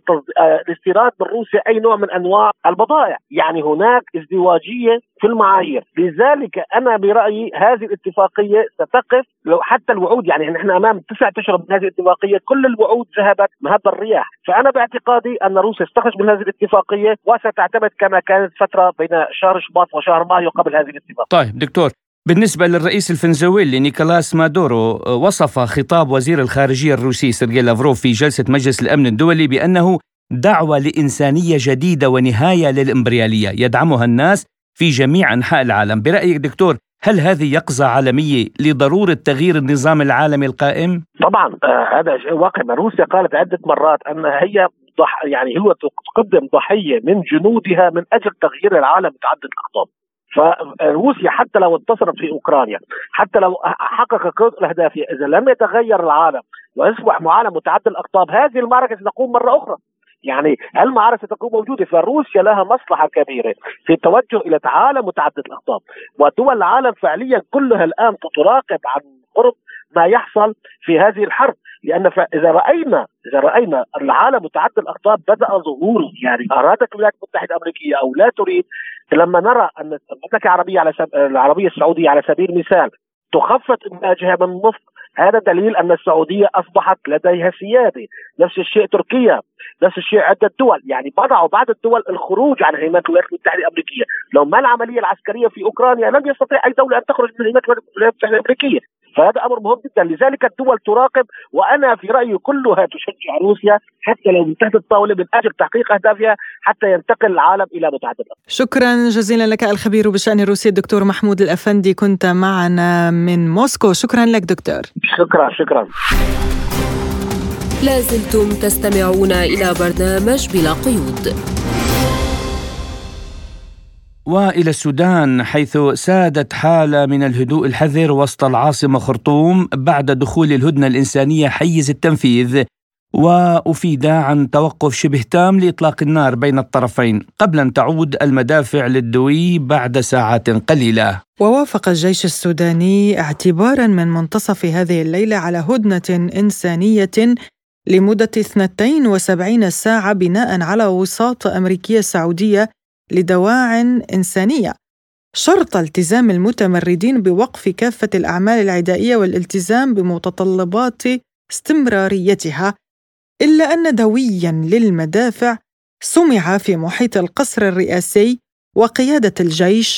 الاستيراد من روسيا أي نوع من أنواع البضائع. يعني هناك ازدواجية في المعايير. لذلك أنا برأيي هذه الاتفاقية ستقف لو حتى الوعود، يعني نحن أمام تسعة أشهر من هذه الاتفاقية كل الوعود ذهبت مهب الرياح. فأنا باعتقادي أن روسيا ستخرج من هذه الاتفاقية وستعتمد كما كانت فترة بين شهر شباط وشهر مايو قبل هذه الاتفاقية. طيب دكتور، بالنسبة للرئيس الفنزويلي نيكولاس مادورو، وصف خطاب وزير الخارجية الروسي سيرجي لافروف في جلسة مجلس الأمن الدولي بأنه دعوة لإنسانية جديدة ونهاية للإمبريالية يدعمها الناس في جميع أنحاء العالم. برأيك دكتور، هل هذه يقظة عالمية لضرورة تغيير النظام العالمي القائم؟ طبعا آه هذا شيء واقع. روسيا قالت عدة مرات أن هي ضح يعني هو تقدم ضحية من جنودها من أجل تغيير العالم متعدد الأقطاب. فروسيا حتى لو انتصرت في أوكرانيا، حتى لو حقق كل أهدافها، إذا لم يتغير العالم ويصبح عالم متعدد الأقطاب، هذه المعركة ستقوم مرة أخرى. يعني المعركة ستكون موجودة. فروسيا لها مصلحة كبيرة في التوجه إلى عالم متعدد الأقطاب، ودول العالم فعليا كلها الآن تراقب عن قرب ما يحصل في هذه الحرب. لأن إذا رأينا إذا رأينا العالم متعدد الأقطاب بدأ ظهوره، يعني أرادت الولايات المتحدة الأمريكية أو لا تريد، لما نرى أن المملكة العربية على سب... العربية السعودية على سبيل المثال تخفت إنتاجها من النفط، هذا دليل أن السعودية أصبحت لديها سيادة. نفس الشيء تركيا، نفس الشيء عدة دول، يعني بدأوا بعض الدول الخروج عن هيمنة الولايات المتحدة الأمريكية. لو ما العملية العسكرية في أوكرانيا لم يستطيع أي دولة أن تخرج من هيمنة الولايات المتحدة الأمريكية. فهذا أمر مهم جدا. لذلك الدول تراقب، وأنا في رأيي كلها تشجع روسيا حتى لو من تحت الطاولة من أجل تحقيق أهدافها حتى ينتقل العالم إلى متعدد. شكرا جزيلا لك الخبير بشأن روسيا الدكتور محمود الأفندي، كنت معنا من موسكو. شكرا لك دكتور. شكرا شكرا. لازلتم تستمعون إلى برنامج بلا قيود. وإلى السودان، حيث سادت حالة من الهدوء الحذر وسط العاصمة خرطوم بعد دخول الهدنة الإنسانية حيز التنفيذ، وأفيد عن توقف شبه تام لإطلاق النار بين الطرفين قبل أن تعود المدافع للدوي بعد ساعات قليلة. ووافق الجيش السوداني اعتباراً من منتصف هذه الليلة على هدنة إنسانية لمدة اثنتين وسبعين ساعة بناء على وساطة أمريكية سعودية لدواعٍ إنسانية، شرط التزام المتمردين بوقف كافة الأعمال العدائية والالتزام بمتطلبات استمراريتها، إلا أن دوياً للمدافع سمع في محيط القصر الرئاسي وقيادة الجيش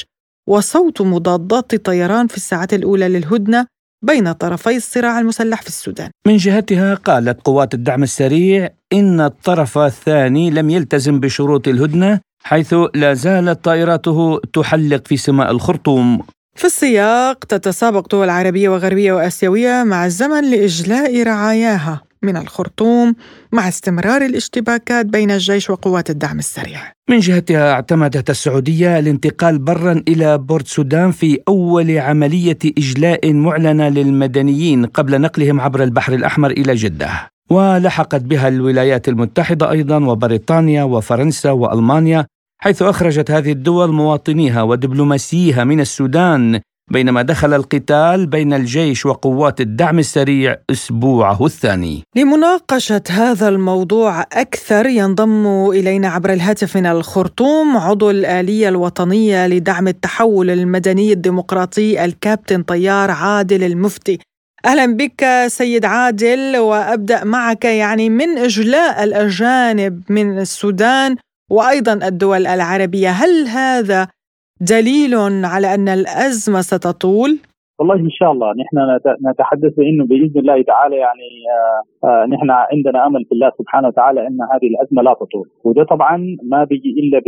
وصوت مضادات الطيران في الساعات الأولى للهدنة بين طرفي الصراع المسلح في السودان. من جهتها قالت قوات الدعم السريع إن الطرف الثاني لم يلتزم بشروط الهدنة، حيث لا زالت طائراته تحلق في سماء الخرطوم. في السياق تتسابق دول عربية وغربية وآسيوية مع الزمن لإجلاء رعاياها من الخرطوم مع استمرار الاشتباكات بين الجيش وقوات الدعم السريع. من جهتها اعتمدت السعودية الانتقال برا إلى بورت سودان في أول عملية إجلاء معلنة للمدنيين قبل نقلهم عبر البحر الأحمر إلى جدة، ولحقت بها الولايات المتحدة أيضا وبريطانيا وفرنسا وألمانيا، حيث أخرجت هذه الدول مواطنيها ودبلوماسيها من السودان بينما دخل القتال بين الجيش وقوات الدعم السريع أسبوعه الثاني. لمناقشة هذا الموضوع أكثر ينضم إلينا عبر الهاتف من الخرطوم عضو الآلية الوطنية لدعم التحول المدني الديمقراطي الكابتن طيار عادل المفتي. أهلا بك سيد عادل، وأبدأ معك يعني من إجلاء الأجانب من السودان وأيضا الدول العربية، هل هذا دليل على أن الأزمة ستطول؟ والله إن شاء الله نحن نتحدث بأنه بإذن الله تعالى يعني آه آه نحن عندنا أمل في الله سبحانه وتعالى أن هذه الأزمة لا تطول، وده طبعا ما بيجي إلا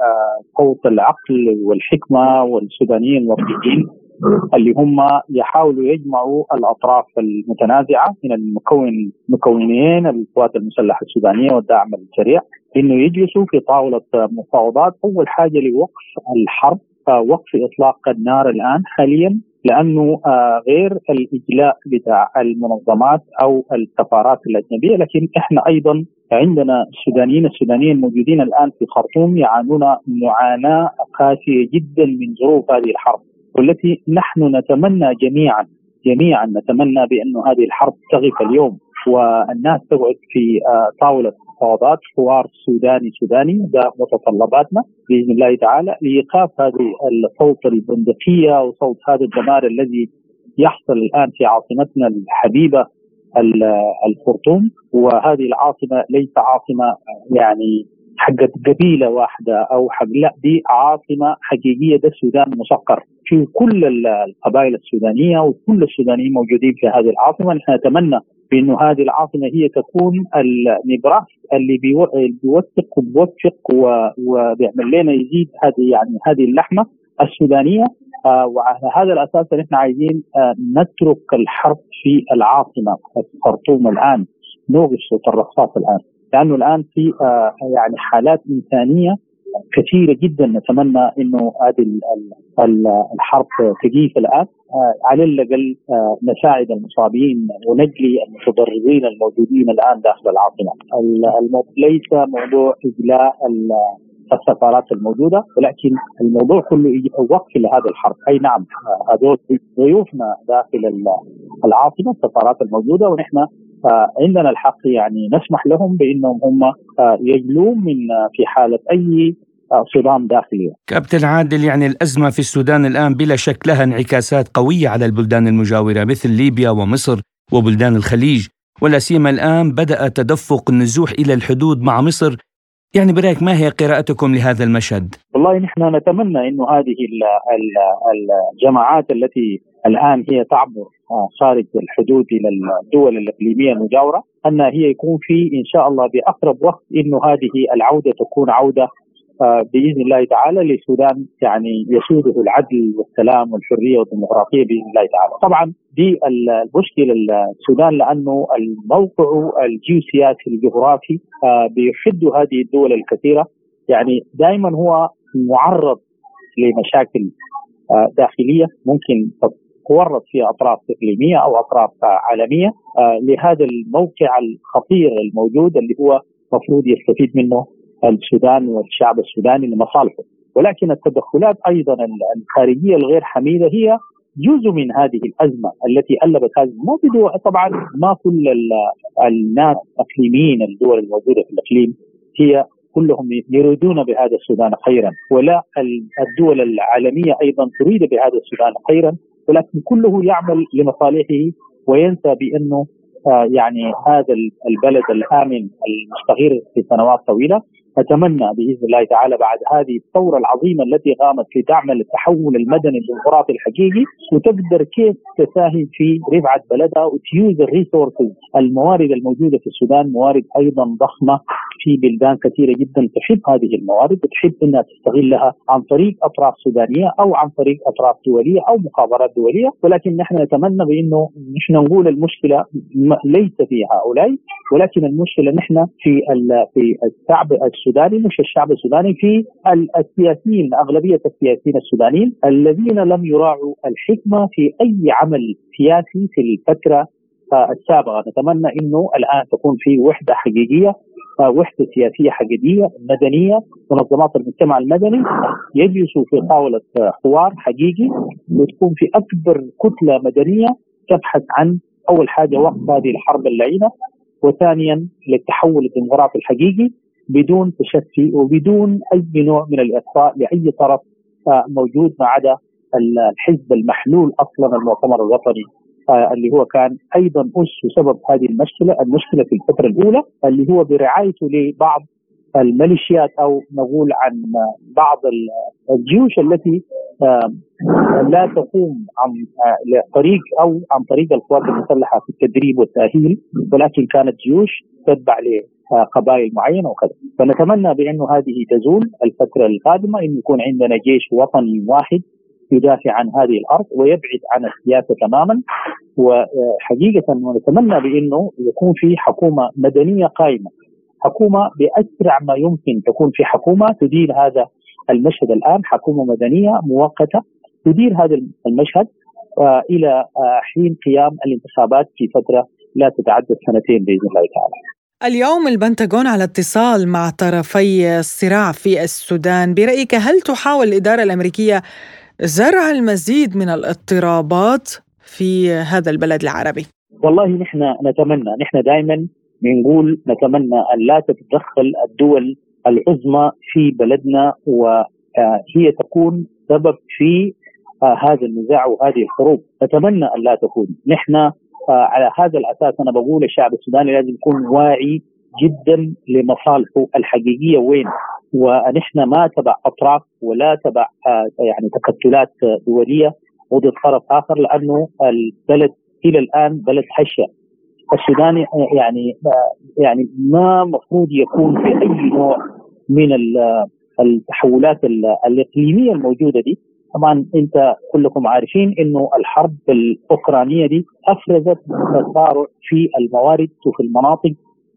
بصوت العقل والحكمة والسودانيين الموفقين اللي هم يحاولوا يجمعوا الأطراف المتنازعة من المكون مكونين القوات المسلحة السودانية والدعم السريع، إنه يجلسوا في طاولة مفاوضات. أول حاجة لوقف الحرب، وقف إطلاق النار الآن حاليا، لأنه غير الإجلاء بتاع المنظمات أو السفارات الأجنبية، لكن إحنا أيضا عندنا السودانيين السودانيين الموجودين الآن في خرطوم يعانون معاناة قاسية جدا من ظروف هذه الحرب، والتي نحن نتمنى جميعا جميعا نتمنى بأن هذه الحرب تغيب اليوم والناس تقعد في طاولة مفاوضات حوار سوداني سوداني. ده متطلباتنا بإذن الله تعالى لإيقاف هذه الصوت البندقية وصوت هذا الدمار الذي يحصل الآن في عاصمتنا الحبيبة الخرطوم. وهذه العاصمة ليس عاصمة يعني حقت قبيلة واحدة أو حق، لا، دي عاصمة حقيقية. ده السودان مسقر في كل القبائل السودانية وكل السودانيين موجودين في هذه العاصمة. نحن نتمنى بأنه هذه العاصمة هي تكون النبراس اللي بيوثق وبيوفق وبيعمل لنا يزيد هذه يعني هذه اللحمة السودانية. آه وعلى هذا الأساس نحن عايزين آه نترك الحرب في العاصمة خرطوم الآن، نوقف صوت الرصاص الآن، لأنه الآن في آه يعني حالات إنسانية كثيرة جدا. نتمنى إنه هذه الحرب تجيف الآن، آه على الأقل آه نساعد المصابين ونجلي المتضررين الموجودين الآن داخل العاصمة. ليس موضوع إجلاء السفارات الموجودة، ولكن الموضوع كله وقف لهذا الحرب. أي نعم، هذول ضيوفنا داخل العاصمة السفارات الموجودة، ونحن عندنا الحق يعني نسمح لهم بأنهم هم يجلون من في حالة أي صدام داخلي. كابتن عادل، يعني الأزمة في السودان الآن بلا شك لها انعكاسات قوية على البلدان المجاورة مثل ليبيا ومصر وبلدان الخليج، ولا سيما الآن بدأ تدفق النزوح إلى الحدود مع مصر. يعني برأيك ما هي قراءتكم لهذا المشهد؟ والله نحن نتمنى إنه هذه الجماعات التي الآن هي تعبر خارج الحدود إلى الدول الإقليمية المجاورة أن هي يكون في إن شاء الله بأقرب وقت إنه هذه العودة تكون عودة بإذن الله تعالى للسودان، يعني يسوده العدل والسلام والحرية والديمقراطية بإذن الله تعالى. طبعا دي المشكلة السودان لأنه الموقع الجيوسياسي الجغرافي بيحد هذه الدول الكثيرة، يعني دائما هو معرض لمشاكل داخلية ممكن تورط فيها أطراف إقليمية أو أطراف عالمية لهذا الموقع الخطير الموجود اللي هو مفروض يستفيد منه السودان والشعب السوداني لمصالحه. ولكن التدخلات أيضا الخارجية الغير حميدة هي جزء من هذه الأزمة التي ألبت هذه الموضوع. طبعا ما كل الناس أقليميين الدول الموجودة في الإقليم هي كلهم يريدون بهذا السودان خيرا، ولا الدول العالمية أيضا تريد بهذا السودان خيرا، ولكن كله يعمل لمصالحه وينسى بأنه آه يعني هذا البلد الآمن المستقر في سنوات طويلة أتمنى بإذن الله تعالى بعد هذه الثورة العظيمة التي قامت في تعمل التحول المدني الديمقراطي الحقيقي وتقدر كيف تساهم في رفعة بلدها وتيوز الريسورسز الموارد الموجودة في السودان، موارد أيضا ضخمة في بلدان كثيرة جدا تحب هذه الموارد وتحب أنها تستغلها عن طريق أطراف سودانية أو عن طريق أطراف دولية أو مخابرات دولية. ولكن نحن نتمنى بأنه نحن نقول المشكلة ليس في هؤلاء، ولكن المشكلة نحن في في الشعب السوداني، مش الشعب السوداني، في السياسيين، أغلبية السياسيين السودانيين الذين لم يراعوا الحكمة في أي عمل سياسي في الفترة السابقة. نتمنى أنه الآن تكون في وحدة حقيقية، وحدة سياسية حقيقية مدنية، منظمات المجتمع المدني يجلسوا في طاولة حوار حقيقي وتكون في أكبر كتلة مدنية تبحث عن أول حاجة وقف هذه الحرب اللعينة، وثانيا للتحول الديمقراطي الحقيقي بدون تشتي وبدون أي نوع من الإخفاء لأي طرف موجود ما عدا الحزب المحلول أصلا المؤتمر الوطني اللي هو كان أيضا أس وسبب هذه المشكلة المشكلة في الفترة الأولى، اللي هو برعايته لبعض الميليشيات أو نقول عن بعض الجيوش التي لا تقوم عن طريق أو عن طريق القوات المسلحة في التدريب والتأهيل، ولكن كانت جيوش تتبع لقبائل معينة وكذا. فنتمنى بأنه هذه تزول الفترة القادمة، أن يكون عندنا جيش وطني واحد يدافع عن هذه الأرض ويبعد عن السياسة تماما. وحقيقة نتمنى بأنه يكون في حكومة مدنية قائمة، حكومة بأسرع ما يمكن تكون في حكومة تدير هذا المشهد الآن، حكومة مدنية مؤقتة تدير هذا المشهد إلى حين قيام الانتخابات في فترة لا تتعدى سنتين بإذن الله تعالى. اليوم البنتاغون على اتصال مع طرفي الصراع في السودان. برأيك هل تحاول الإدارة الأمريكية زرع المزيد من الاضطرابات في هذا البلد العربي؟ والله نحن نتمنى، نحن دائما بنقول نتمنى أن لا تتدخل الدول العظمى في بلدنا وهي تكون سبب في هذا النزاع وهذه الحروب. نتمنى أن لا تكون. نحن على هذا الأساس أنا بقول الشعب السوداني لازم يكون واعي جدا لمصالحه الحقيقية وين، ونحن ما تبع أطراف ولا تبع يعني تكتلات دولية ضد طرف آخر، لأنه البلد إلى الآن بلد هشة. السوداني يعني يعني ما مفروض يكون في أي نوع من التحولات الإقليمية الموجودة دي. طبعا انت كلكم عارفين انه الحرب الاوكرانيه دي افرزت تسارع في الموارد وفي المناطق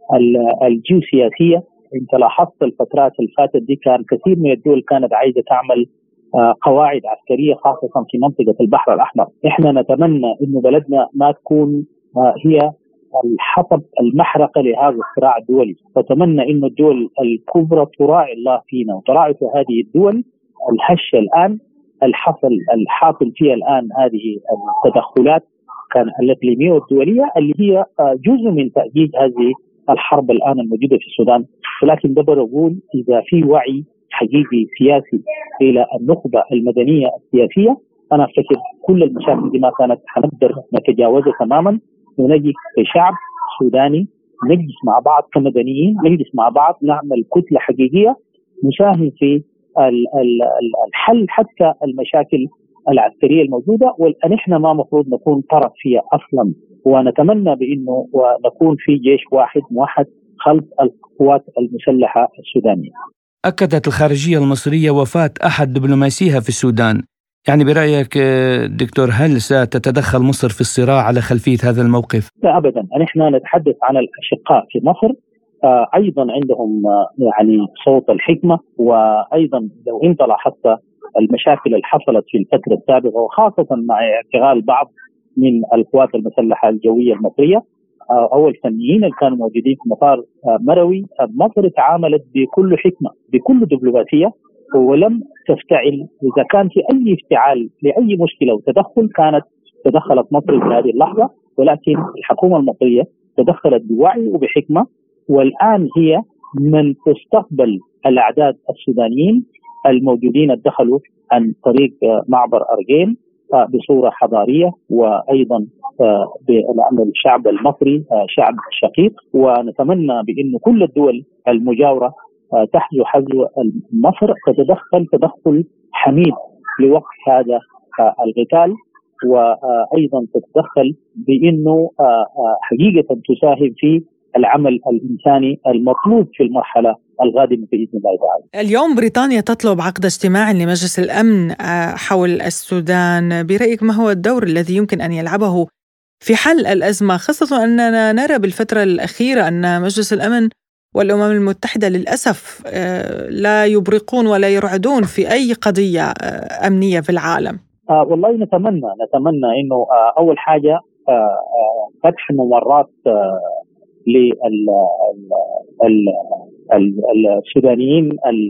الجيوسياسيه. انت لاحظت الفترات اللي فاتت دي كان كثير من الدول كانت عايزه تعمل قواعد عسكريه خاصه في منطقه البحر الاحمر. احنا نتمنى انه بلدنا ما تكون هي الحطب المحرقه لهذا الصراع الدولي، واتمنى انه الدول الكبرى تراعي الله فينا وتراعي هذه الدول الهشه الان الحصل الحاصل فيها الآن هذه التدخلات كان الإقليمية والدولية اللي هي جزء من تأجيج هذه الحرب الآن الموجودة في السودان. ولكن دبر أقول إذا في وعي حقيقي سياسي إلى النخبة المدنية السياسية، أنا أفتكر كل المشاكل دي ما كانت حنقدر نتجاوزها تماما، ونجي كشعب سوداني نجلس مع بعض كمدنيين، نجلس مع بعض نعمل كتلة حقيقية نساهم في الحل حتى المشاكل العسكرية الموجودة، ونحن ما مفروض نكون طرف فيها أصلا. ونتمنى بأنه ونكون في جيش واحد موحد خلف القوات المسلحة السودانية. أكدت الخارجية المصرية وفاة أحد دبلوماسيها في السودان. يعني برأيك دكتور هل ستتدخل مصر في الصراع على خلفية هذا الموقف؟ لا أبدا، نحن نتحدث عن الأشقاء في مصر أيضا عندهم يعني صوت الحكمة. وأيضا لو أنت لاحظت المشاكل اللي حصلت في الفترة السابقة وخاصة مع اعتقال بعض من القوات المسلحة الجوية المصرية أو الفنيين اللي كانوا موجودين في مطار مروي، مصر تعاملت بكل حكمة بكل دبلوماسية ولم تفتعل. إذا كان في أي افتعال لأي مشكلة وتدخل كانت تدخلت مصر في هذه اللحظة، ولكن الحكومة المصرية تدخلت بوعي وبحكمة، والآن هي من تستقبل الأعداد السودانيين الموجودين الدخلوا عن طريق معبر أرجين بصورة حضارية، وأيضا لأن الشعب المصري شعب شقيق. ونتمنى بأن كل الدول المجاورة تحذو حذو مصر، تتدخل تدخل حميد لوقف هذا القتال، وأيضا تتدخل بأنه حقيقة تساهم في العمل الإنساني المطلوب في المرحلة القادمة بإذن الله تعالى. اليوم بريطانيا تطلب عقد اجتماع لمجلس الأمن حول السودان، برأيك ما هو الدور الذي يمكن أن يلعبه في حل الأزمة، خاصة أننا نرى بالفترة الأخيرة أن مجلس الأمن والأمم المتحدة للأسف لا يبرقون ولا يرعدون في أي قضية أمنية في العالم؟ آه والله نتمنى نتمنى إنه آه أول حاجة آه آه فتح ممرات آه للسودانيين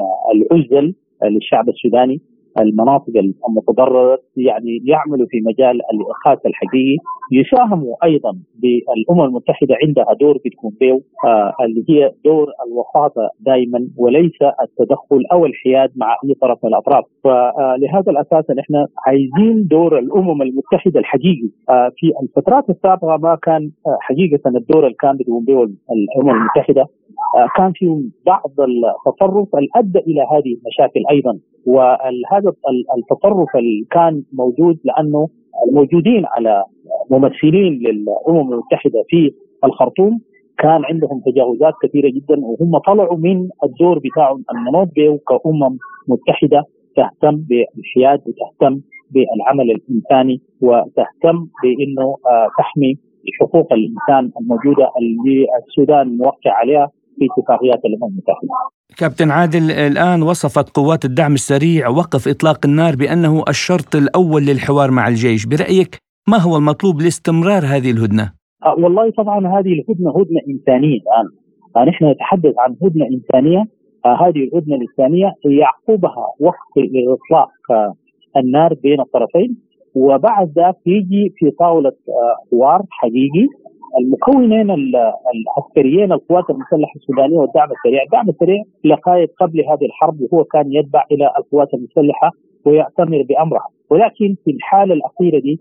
العزل للشعب السوداني، المناطق المتضررة، يعني يعملوا في مجال الإخاء الحقيقي، يساهموا أيضا بالأمم المتحدة عندها دور بتكون به آه اللي هي دور الوساطة دائما، وليس التدخل أو الحياد مع أي طرف من الأطراف. فلهذا الأساس نحن عايزين دور الأمم المتحدة الحقيقي. آه في الفترات السابقة ما كان آه حقيقة الدور اللي كان بتكون به الأمم المتحدة آه كان فيه بعض التصرف اللي أدى إلى هذه المشاكل أيضا، وهذا التطرف اللي كان موجود لأنه الموجودين على ممثلين للأمم المتحدة في الخرطوم كان عندهم تجاوزات كثيرة جدا، وهم طلعوا من الدور بتاعهم المنوط به كأمم متحدة تهتم بالحياد وتهتم بالعمل الإنساني وتهتم بأنه تحمي حقوق الإنسان الموجودة اللي السودان موقع عليها في اتفاقيات الأمم المتحدة. كابتن عادل، الآن وصفت قوات الدعم السريع وقف إطلاق النار بأنه الشرط الأول للحوار مع الجيش، برأيك ما هو المطلوب لاستمرار هذه الهدنة؟ أه والله طبعا هذه الهدنة هدنة إنسانية الآن، يعني نحن نتحدث عن هدنة إنسانية. أه هذه الهدنة الإنسانية يعقبها وقف إطلاق أه النار بين الطرفين، وبعد ذلك يجي في طاولة أه حوار حقيقي المكونين العسكريين القوات المسلحة السودانية والدعم السريع. الدعم السريع لقائد قبل هذه الحرب وهو كان يتبع إلى القوات المسلحة ويأتمر بأمرها، ولكن في الحالة الأخيرة دي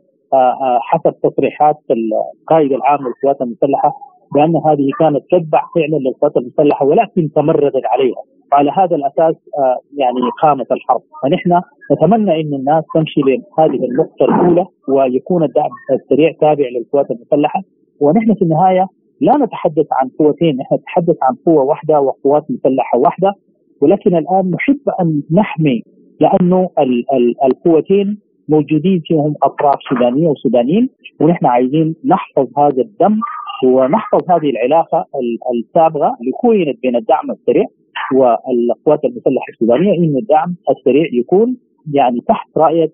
حسب تصريحات القائد العام للقوات المسلحة بأن هذه كانت تتبع فعلا للقوات المسلحة ولكن تمردت عليها، وعلى هذا الأساس يعني قامت الحرب. فنحن نتمنى أن الناس تمشي لهذه النقطة الأولى ويكون الدعم السريع تابع للقوات المسلحة، ونحن في النهاية لا نتحدث عن قوتين، نحن نتحدث عن قوة واحدة وقوات مسلحة واحدة، ولكن الآن نحب أن نحمي لأنه ال- ال- القوتين موجودين فيهم أطراف سودانية وسودانيين، ونحن عايزين نحفظ هذا الدم ونحفظ هذه العلاقة السابقة اللي كونت بين الدعم السريع والقوات المسلحة السودانية، إن الدعم السريع يكون يعني تحت رأية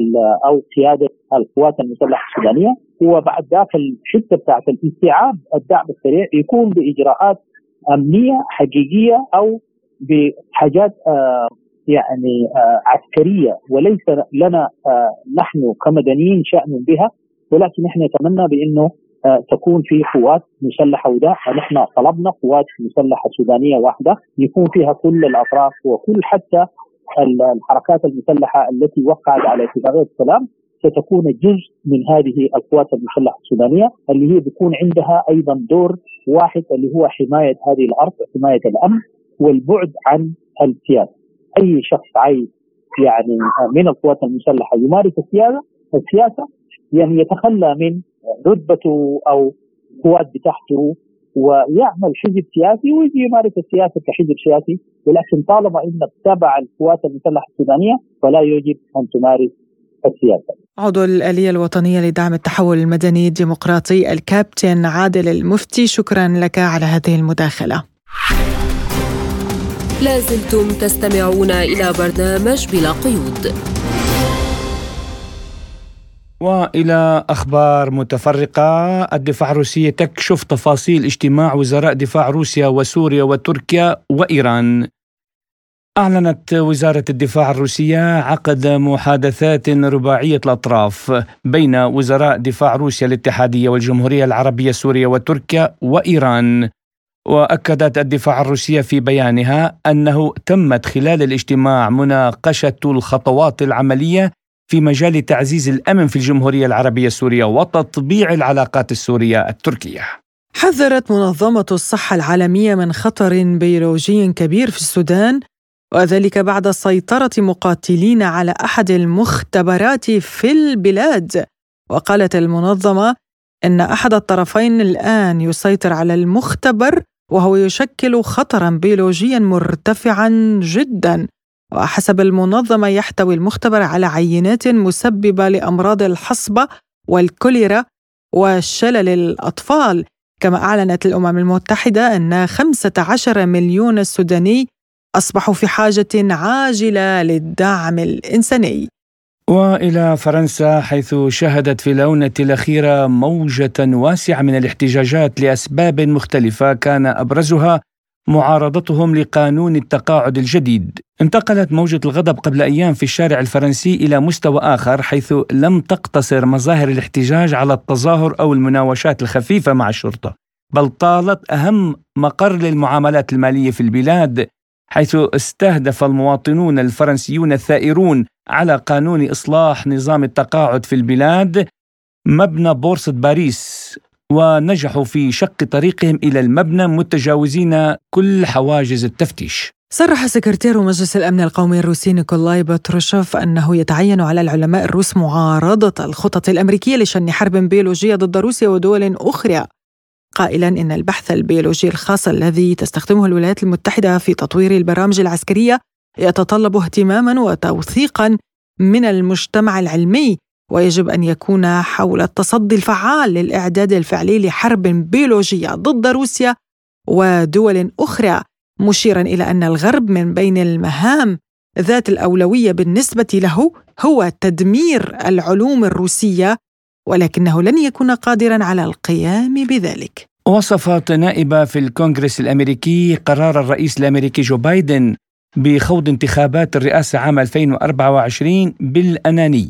أو قيادة القوات المسلحة السودانية، وبعد ذاك الحتة بتاعت الاستيعاب الدعم السريع يكون بإجراءات أمنية حقيقية أو بحاجات آه يعني آه عسكرية، وليس لنا آه نحن كمدنيين شأن بها، ولكن نحن نتمنى بأنه آه تكون في قوات مسلحة، وده نحن طلبنا قوات مسلحة سودانية واحدة يكون فيها كل الأطراف وكل حتى الحركات المسلحة التي وقعت على اتفاقية السلام ستكون جزء من هذه القوات المسلحة السودانية، اللي هي بيكون عندها أيضا دور واحد اللي هو حماية هذه الأرض وحماية الأمن والبعد عن السياسة. أي شخص عايز يعني من القوات المسلحة يمارس السياسة السياسة يعني يتخلى من رتبته أو قوات بتاعته ويعمل حزب سياسي ويجي يمارس السياسة كحزب سياسي، ولكن طالما إنك تابع القوات المسلحة السودانية فلا يجب أن تمارس السياسة. عضو الآلية الوطنية لدعم التحول المدني الديمقراطي الكابتن عادل المفتي، شكرا لك على هذه المداخلة. لازلتم تستمعون إلى برنامج بلا قيود. وإلى أخبار متفرقة. الدفاع الروسي تكشف تفاصيل اجتماع وزراء دفاع روسيا وسوريا وتركيا وإيران. أعلنت وزارة الدفاع الروسية عقد محادثات رباعية الأطراف بين وزراء دفاع روسيا الاتحادية والجمهورية العربية سوريا وتركيا وإيران. وأكدت الدفاع الروسية في بيانها أنه تمت خلال الاجتماع مناقشة الخطوات العملية في مجال تعزيز الأمن في الجمهورية العربية السورية وتطبيع العلاقات السورية التركية. حذرت منظمة الصحة العالمية من خطر بيولوجي كبير في السودان، وذلك بعد سيطرة مقاتلين على أحد المختبرات في البلاد. وقالت المنظمة إن أحد الطرفين الآن يسيطر على المختبر، وهو يشكل خطراً بيولوجياً مرتفعاً جداً. وحسب المنظمة يحتوي المختبر على عينات مسببة لأمراض الحصبة والكوليرا وشلل الأطفال. كما أعلنت الأمم المتحدة أن خمسة عشر مليون سوداني أصبحوا في حاجة عاجلة للدعم الإنساني. وإلى فرنسا، حيث شهدت في الآونة الأخيرة موجة واسعة من الاحتجاجات لأسباب مختلفة، كان أبرزها معارضتهم لقانون التقاعد الجديد. انتقلت موجة الغضب قبل أيام في الشارع الفرنسي إلى مستوى آخر، حيث لم تقتصر مظاهر الاحتجاج على التظاهر أو المناوشات الخفيفة مع الشرطة، بل طالت أهم مقر للمعاملات المالية في البلاد، حيث استهدف المواطنون الفرنسيون الثائرون على قانون إصلاح نظام التقاعد في البلاد مبنى بورصة باريس، ونجحوا في شق طريقهم إلى المبنى متجاوزين كل حواجز التفتيش. صرح سكرتير مجلس الأمن القومي الروسي نيكولاي باتروشوف أنه يتعين على العلماء الروس معارضة الخطط الأمريكية لشن حرب بيولوجية ضد روسيا ودول أخرى، قائلا إن البحث البيولوجي الخاص الذي تستخدمه الولايات المتحدة في تطوير البرامج العسكرية يتطلب اهتماما وتوثيقا من المجتمع العلمي، ويجب أن يكون حول التصدي الفعال للإعداد الفعلي لحرب بيولوجية ضد روسيا ودول أخرى، مشيرا إلى أن الغرب من بين المهام ذات الأولوية بالنسبة له هو تدمير العلوم الروسية، ولكنه لن يكون قادرا على القيام بذلك. وصفت نائبة في الكونغرس الأمريكي قرار الرئيس الأمريكي جو بايدن بخوض انتخابات الرئاسة عام ألفين وأربعة وعشرين بالأناني،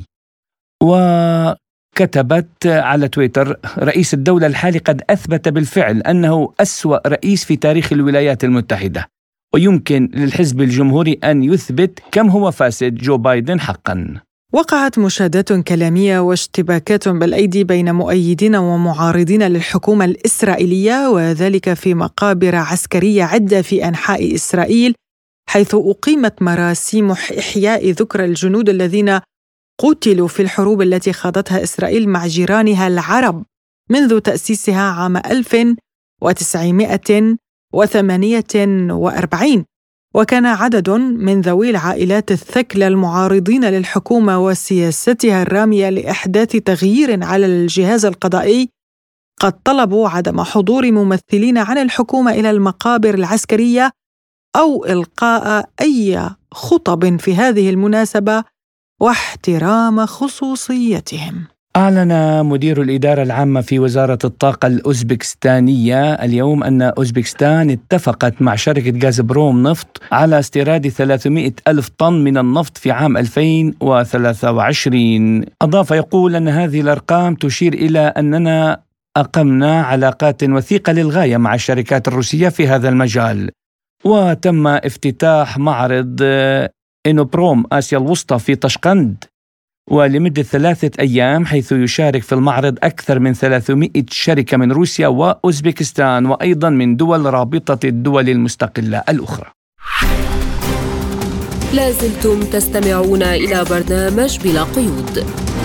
وكتبت على تويتر: رئيس الدولة الحالي قد أثبت بالفعل أنه أسوأ رئيس في تاريخ الولايات المتحدة، ويمكن للحزب الجمهوري أن يثبت كم هو فاسد جو بايدن حقا. وقعت مشادات كلامية واشتباكات بالأيدي بين مؤيدين ومعارضين للحكومة الإسرائيلية، وذلك في مقابر عسكرية عدة في أنحاء إسرائيل، حيث أقيمت مراسيم إحياء ذكرى الجنود الذين قتلوا في الحروب التي خاضتها إسرائيل مع جيرانها العرب منذ تأسيسها عام ألف وتسعمائة وثمانية وأربعين. وكان عدد من ذوي العائلات الثكلى المعارضين للحكومة وسياستها الرامية لإحداث تغيير على الجهاز القضائي قد طلبوا عدم حضور ممثلين عن الحكومة إلى المقابر العسكرية أو إلقاء أي خطب في هذه المناسبة واحترام خصوصيتهم. أعلن مدير الإدارة العامة في وزارة الطاقة الأوزبكستانية اليوم أن أوزبكستان اتفقت مع شركة غازبروم نفط على استيراد ثلاثمائة ألف طن من النفط في عام ألفين وثلاثة وعشرين. أضاف يقول أن هذه الأرقام تشير إلى أننا أقمنا علاقات وثيقة للغاية مع الشركات الروسية في هذا المجال. وتم افتتاح معرض إنوبروم آسيا الوسطى في طشقند ولمدة ثلاثة أيام، حيث يشارك في المعرض أكثر من ثلاثمائة شركة من روسيا وأوزبكستان وأيضا من دول رابطة الدول المستقلة الأخرى. لازلتم تستمعون إلى برنامج بلا قيود.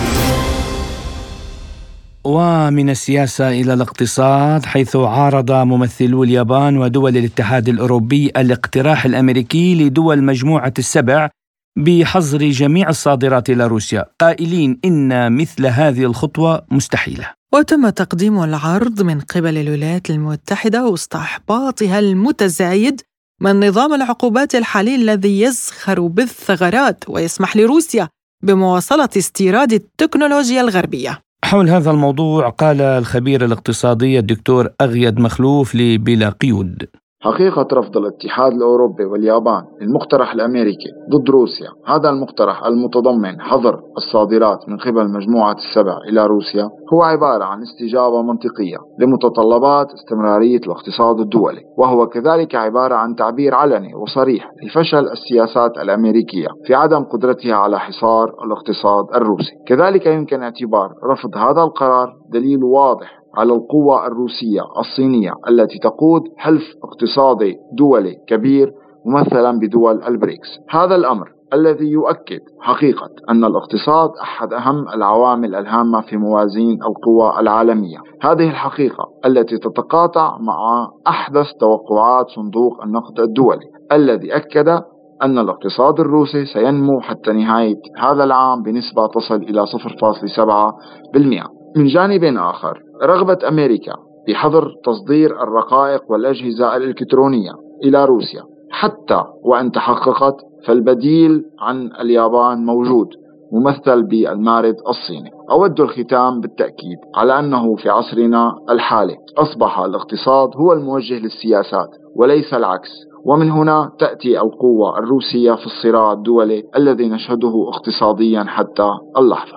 ومن السياسة إلى الاقتصاد، حيث عارض ممثلو اليابان ودول الاتحاد الأوروبي الاقتراح الأمريكي لدول مجموعة السبع بحظر جميع الصادرات إلى روسيا، قائلين إن مثل هذه الخطوة مستحيلة. وتم تقديم العرض من قبل الولايات المتحدة وسط إحباطها المتزايد من نظام العقوبات الحالي الذي يزخر بالثغرات ويسمح لروسيا بمواصلة استيراد التكنولوجيا الغربية. حول هذا الموضوع قال الخبير الاقتصادي الدكتور أغيد مخلوف لبلا قيود: حقيقة رفض الاتحاد الأوروبي واليابان للمقترح الأمريكي ضد روسيا، هذا المقترح المتضمن حظر الصادرات من قبل مجموعة السبع إلى روسيا، هو عبارة عن استجابة منطقية لمتطلبات استمرارية الاقتصاد الدولي، وهو كذلك عبارة عن تعبير علني وصريح لفشل السياسات الأمريكية في عدم قدرتها على حصار الاقتصاد الروسي. كذلك يمكن اعتبار رفض هذا القرار دليل واضح على القوة الروسية الصينية التي تقود حلف اقتصادي دولي كبير ممثلا بدول البريكس. هذا الأمر الذي يؤكد حقيقة أن الاقتصاد أحد أهم العوامل الهامة في موازين القوى العالمية. هذه الحقيقة التي تتقاطع مع أحدث توقعات صندوق النقد الدولي الذي أكد أن الاقتصاد الروسي سينمو حتى نهاية هذا العام بنسبة تصل إلى صفر فاصلة سبعة بالمئة. من جانب آخر، رغبة أمريكا بحظر تصدير الرقائق والأجهزة الإلكترونية إلى روسيا حتى وإن تحققت، فالبديل عن اليابان موجود ممثل بالمارد الصيني. أود الختام بالتأكيد على أنه في عصرنا الحالي أصبح الاقتصاد هو الموجه للسياسات وليس العكس، ومن هنا تأتي القوة الروسية في الصراع الدولي الذي نشهده اقتصاديا حتى اللحظة.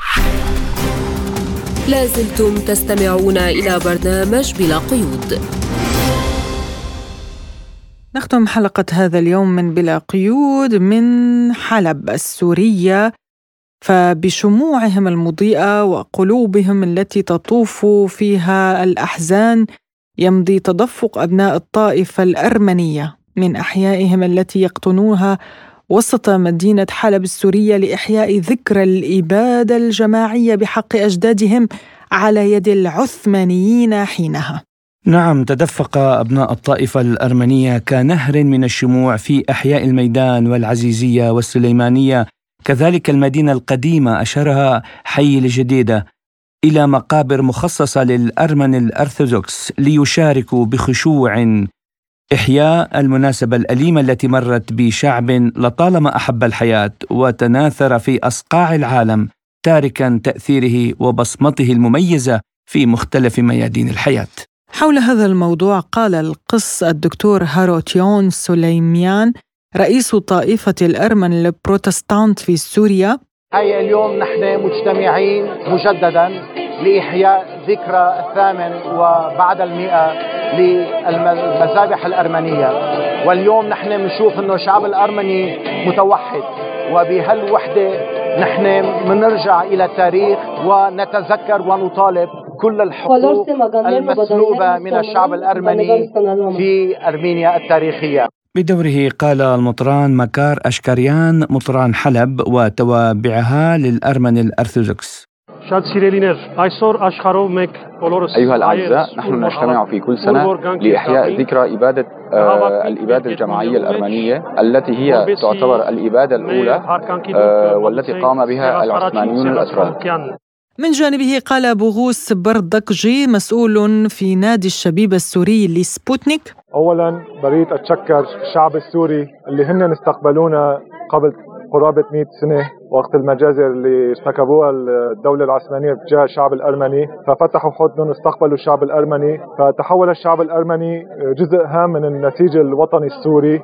لازلتم تستمعون إلى برنامج بلا قيود. نختم حلقة هذا اليوم من بلا قيود من حلب السورية، فبشموعهم المضيئة وقلوبهم التي تطوف فيها الأحزان يمضي تدفق أبناء الطائفة الأرمنية من أحيائهم التي يقطنوها وسط مدينة حلب السورية لإحياء ذكرى الإبادة الجماعية بحق أجدادهم على يد العثمانيين حينها. نعم، تدفق أبناء الطائفة الأرمنية كنهر من الشموع في أحياء الميدان والعزيزية والسليمانية، كذلك المدينة القديمة أشهرها حي الجديدة، إلى مقابر مخصصة للأرمن الأرثوذكس ليشاركوا بخشوع إحياء المناسبة الأليمة التي مرت بشعب لطالما أحب الحياة وتناثر في أصقاع العالم، تاركا تأثيره وبصمته المميزة في مختلف ميادين الحياة. حول هذا الموضوع قال القس الدكتور هاروتيون سليميان رئيس طائفة الأرمن البروتستانت في سوريا: هاي اليوم نحن مجتمعين مجددا لإحياء ذكرى الثامن وبعد المئة للمذابح الأرمنية، واليوم نحن بنشوف أنه الشعب الأرمني متوحد، وبهالوحدة نحن منرجع إلى التاريخ ونتذكر ونطالب كل الحقوق المسلوبة من الشعب الأرمني في أرمينيا التاريخية. بدوره قال المطران مكار أشكريان مطران حلب وتوابعها للأرمن الأرثوذكس: أيها الأعزاء، نحن نجتمع في كل سنة لإحياء ذكرى إبادة آه الإبادة الجماعية الأرمنية التي هي تعتبر الإبادة الأولى آه والتي قام بها العثمانيون الأتراك. من جانبه قال بوغوس بردقجي مسؤول في نادي الشبيب السوري لسبوتنيك: أولا بريد أتشكر الشعب السوري اللي هن استقبلونا قبل قرابة مئة سنة وقت المجازر اللي ارتكبوها الدولة العثمانية بجاه الشعب الأرمني، ففتحوا حضنهم استقبلوا الشعب الأرمني، فتحول الشعب الأرمني جزء هام من النسيج الوطني السوري.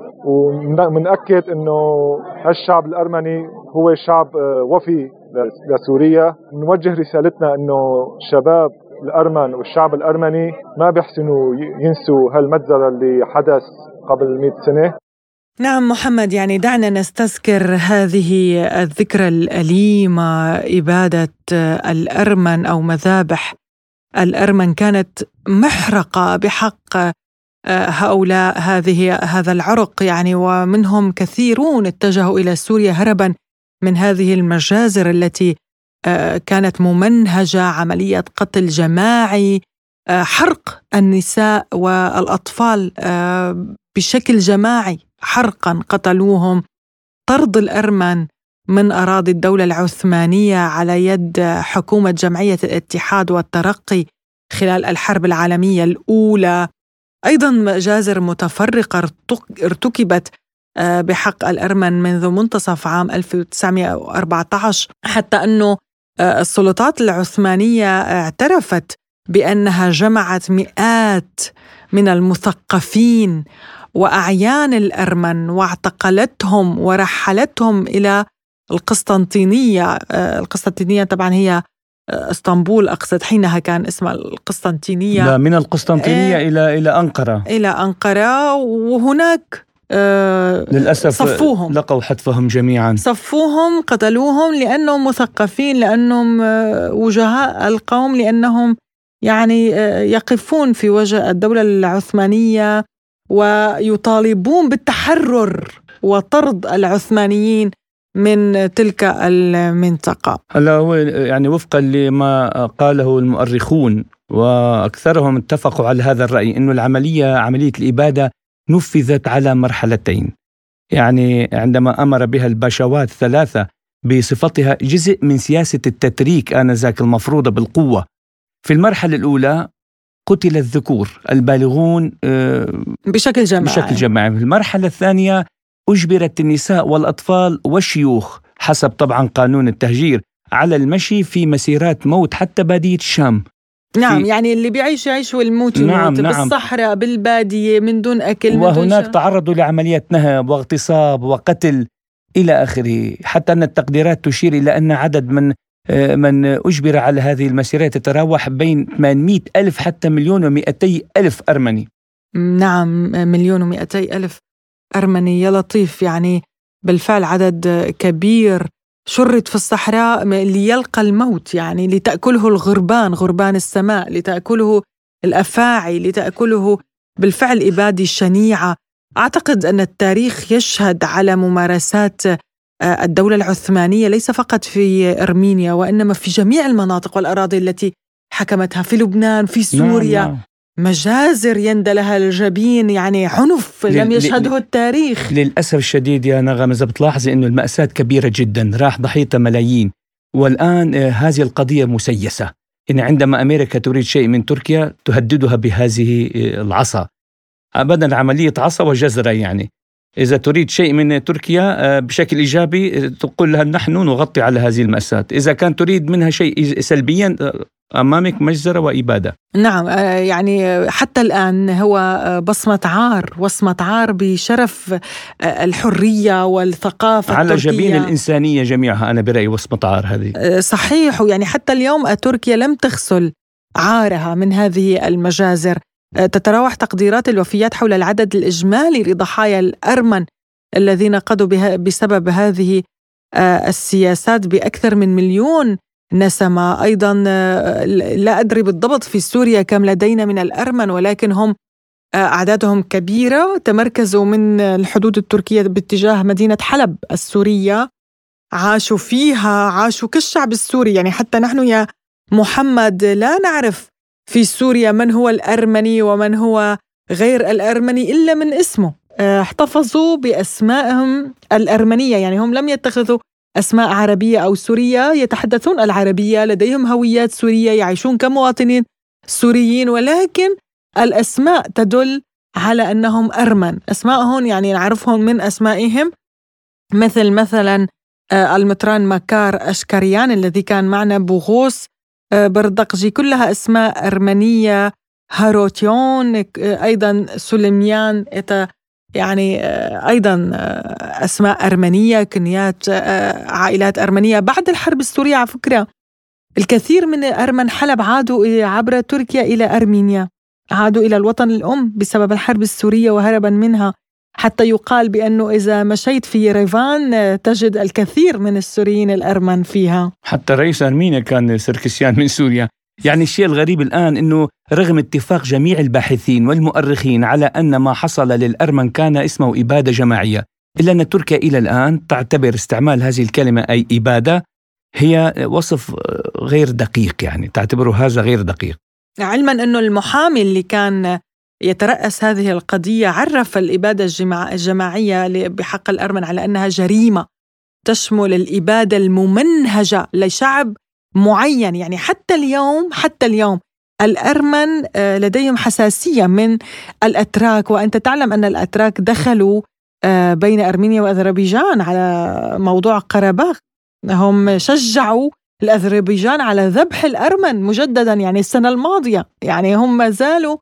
ومنأكد أنه الشعب الأرمني هو شعب وفي لسوريا. نوجه رسالتنا أنه الشباب الأرمن والشعب الأرمني ما بيحسنوا ينسوا هالمجزرة اللي حدث قبل مئة سنة. نعم محمد، يعني دعنا نستذكر هذه الذكرى الأليمة. إبادة الأرمن أو مذابح الأرمن كانت محرقة بحق هؤلاء هذه هذا العرق، يعني ومنهم كثيرون اتجهوا إلى سوريا هربا من هذه المجازر التي كانت ممنهجة، عملية قتل جماعي، حرق النساء والأطفال بشكل جماعي، حرقا قتلوهم، طرد الأرمن من أراضي الدولة العثمانية على يد حكومة جمعية الاتحاد والترقي خلال الحرب العالمية الأولى. أيضا مجازر متفرقة ارتكبت بحق الأرمن منذ منتصف عام ألف وتسعمئة وأربعة عشر، حتى أنه السلطات العثمانية اعترفت بأنها جمعت مئات من المثقفين وأعيان الأرمن واعتقلتهم ورحلتهم إلى القسطنطينية. القسطنطينية طبعا هي اسطنبول، أقصد حينها كان اسمها القسطنطينية. لا، من القسطنطينية إيه إلى إلى أنقرة إلى أنقرة وهناك آه للأسف صفوهم، لقوا حتفهم جميعا، صفوهم، قتلوهم لأنهم مثقفين، لأنهم آه وجهاء القوم، لأنهم يعني يقفون في وجه الدولة العثمانية ويطالبون بالتحرر وطرد العثمانيين من تلك المنطقة. هلا هو يعني وفقا لما قاله المؤرخون وأكثرهم اتفقوا على هذا الرأي، إنه العملية عملية الإبادة نفذت على مرحلتين. يعني عندما أمر بها الباشوات ثلاثة بصفتها جزء من سياسة التتريك آنذاك المفروضة بالقوة، في المرحلة الأولى قتل الذكور البالغون بشكل جماعي بشكل جماعي. في المرحلة الثانية أجبرت النساء والأطفال والشيوخ حسب طبعا قانون التهجير على المشي في مسيرات موت حتى بادية الشام. نعم، يعني اللي بيعيش يعيش والموت يموت. نعم بالصحراء بالبادية من دون أكل، وهناك تعرضوا لعمليات نهب واغتصاب وقتل إلى آخره، حتى أن التقديرات تشير إلى أن عدد من من أجبر على هذه المسيرات يتراوح بين ثمانمئة ألف حتى مليون ومئتي ألف أرمني. نعم، مليون ومئتي ألف أرمني يا لطيف. يعني بالفعل عدد كبير شرد في الصحراء ليلقى الموت، يعني لتأكله الغربان، غربان السماء، لتأكله الأفاعي، لتأكله بالفعل إبادة شنيعة. أعتقد أن التاريخ يشهد على ممارسات الدولة العثمانية ليس فقط في أرمينيا وإنما في جميع المناطق والأراضي التي حكمتها، في لبنان، في سوريا. نعم نعم. مجازر يندى لها الجبين، يعني عنف لم يشهده التاريخ. للأسف الشديد يا نغم، إذا بتلاحظي أنه المأساة كبيرة جدا، راح ضحيتها ملايين، والآن هذه القضية مسيسة. إن عندما أمريكا تريد شيء من تركيا تهددها بهذه العصا، أبدا عملية عصا وجزرة. يعني إذا تريد شيء من تركيا بشكل إيجابي تقول لها نحن نغطي على هذه المأساة، إذا كان تريد منها شيء سلبيا أمامك مجزرة وإبادة. نعم، يعني حتى الآن هو بصمة عار، وصمة عار بشرف الحرية والثقافة على التركية، جبين الإنسانية جميعها. أنا برأيي وصمة عار هذه. صحيح، يعني حتى اليوم تركيا لم تغسل عارها من هذه المجازر. تتراوح تقديرات الوفيات حول العدد الإجمالي لضحايا الأرمن الذين قضوا بسبب هذه السياسات بأكثر من مليون نسمة. أيضا لا أدري بالضبط في سوريا كم لدينا من الأرمن، ولكن هم أعدادهم كبيرة، تمركزوا من الحدود التركية باتجاه مدينة حلب السورية، عاشوا فيها، عاشوا كالشعب السوري. يعني حتى نحن يا محمد لا نعرف في سوريا من هو الأرمني ومن هو غير الأرمني إلا من اسمه. احتفظوا بأسمائهم الأرمنية، يعني هم لم يتخذوا أسماء عربية أو سورية، يتحدثون العربية، لديهم هويات سورية، يعيشون كمواطنين سوريين، ولكن الأسماء تدل على أنهم أرمن. أسمائهم يعني نعرفهم من أسمائهم، مثل مثلا المطران مكار أشكريان الذي كان معنا، بوغوس بردقجي، كلها أسماء أرمنية. هاروتيون أيضا، سليميان يعني أيضا أسماء أرمنية، كنيات عائلات أرمنية. بعد الحرب السورية على فكرة الكثير من أرمن حلب عادوا عبر تركيا إلى أرمينيا، عادوا إلى الوطن الأم بسبب الحرب السورية وهربا منها. حتى يقال بأنه إذا مشيت في يريفان تجد الكثير من السوريين الأرمن فيها. حتى رئيس أرمينيا كان سركسيان من سوريا. يعني الشيء الغريب الآن أنه رغم اتفاق جميع الباحثين والمؤرخين على أن ما حصل للأرمن كان اسمه إبادة جماعية، إلا أن تركيا إلى الآن تعتبر استعمال هذه الكلمة أي إبادة هي وصف غير دقيق، يعني تعتبره هذا غير دقيق. علما أنه المحامي اللي كان يترأس هذه القضية عرف الإبادة الجماعية بحق الأرمن على أنها جريمة تشمل الإبادة الممنهجة لشعب معين. يعني حتى اليوم حتى اليوم الأرمن لديهم حساسية من الأتراك، وأنت تعلم أن الأتراك دخلوا بين أرمينيا وأذربيجان على موضوع قرباخ. هم شجعوا الأذربيجان على ذبح الأرمن مجددا، يعني السنة الماضية. يعني هم ما زالوا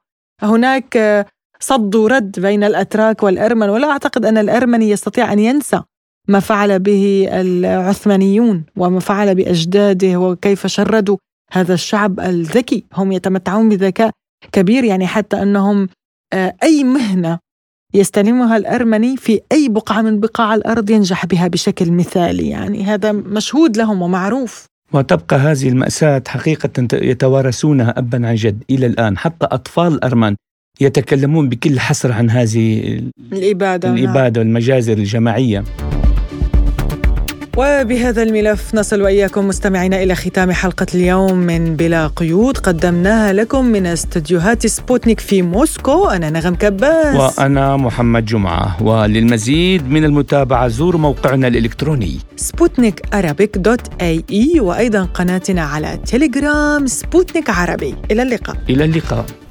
هناك صد ورد بين الأتراك والأرمن، ولا أعتقد أن الأرمني يستطيع أن ينسى ما فعل به العثمانيون وما فعل بأجداده وكيف شردوا هذا الشعب الذكي. هم يتمتعون بذكاء كبير، يعني حتى أنهم أي مهنة يستلمها الأرمني في أي بقعة من بقاع الأرض ينجح بها بشكل مثالي. يعني هذا مشهود لهم ومعروف. وتبقى هذه المأساة حقيقة يتوارثونها أبا عن جد إلى الآن. حتى أطفال الأرمن يتكلمون بكل حسرة عن هذه الإبادة, الإبادة والمجازر الجماعية. وبهذا الملف نصل وإياكم مستمعينا إلى ختام حلقة اليوم من بلا قيود، قدمناها لكم من استديوهات سبوتنيك في موسكو. أنا نغم كباس وأنا محمد جمعة. وللمزيد من المتابعة زوروا موقعنا الإلكتروني سبوتنيك أرابيك دوت أي إي، وأيضا قناتنا على تيليجرام سبوتنيك عربي. إلى اللقاء. إلى اللقاء.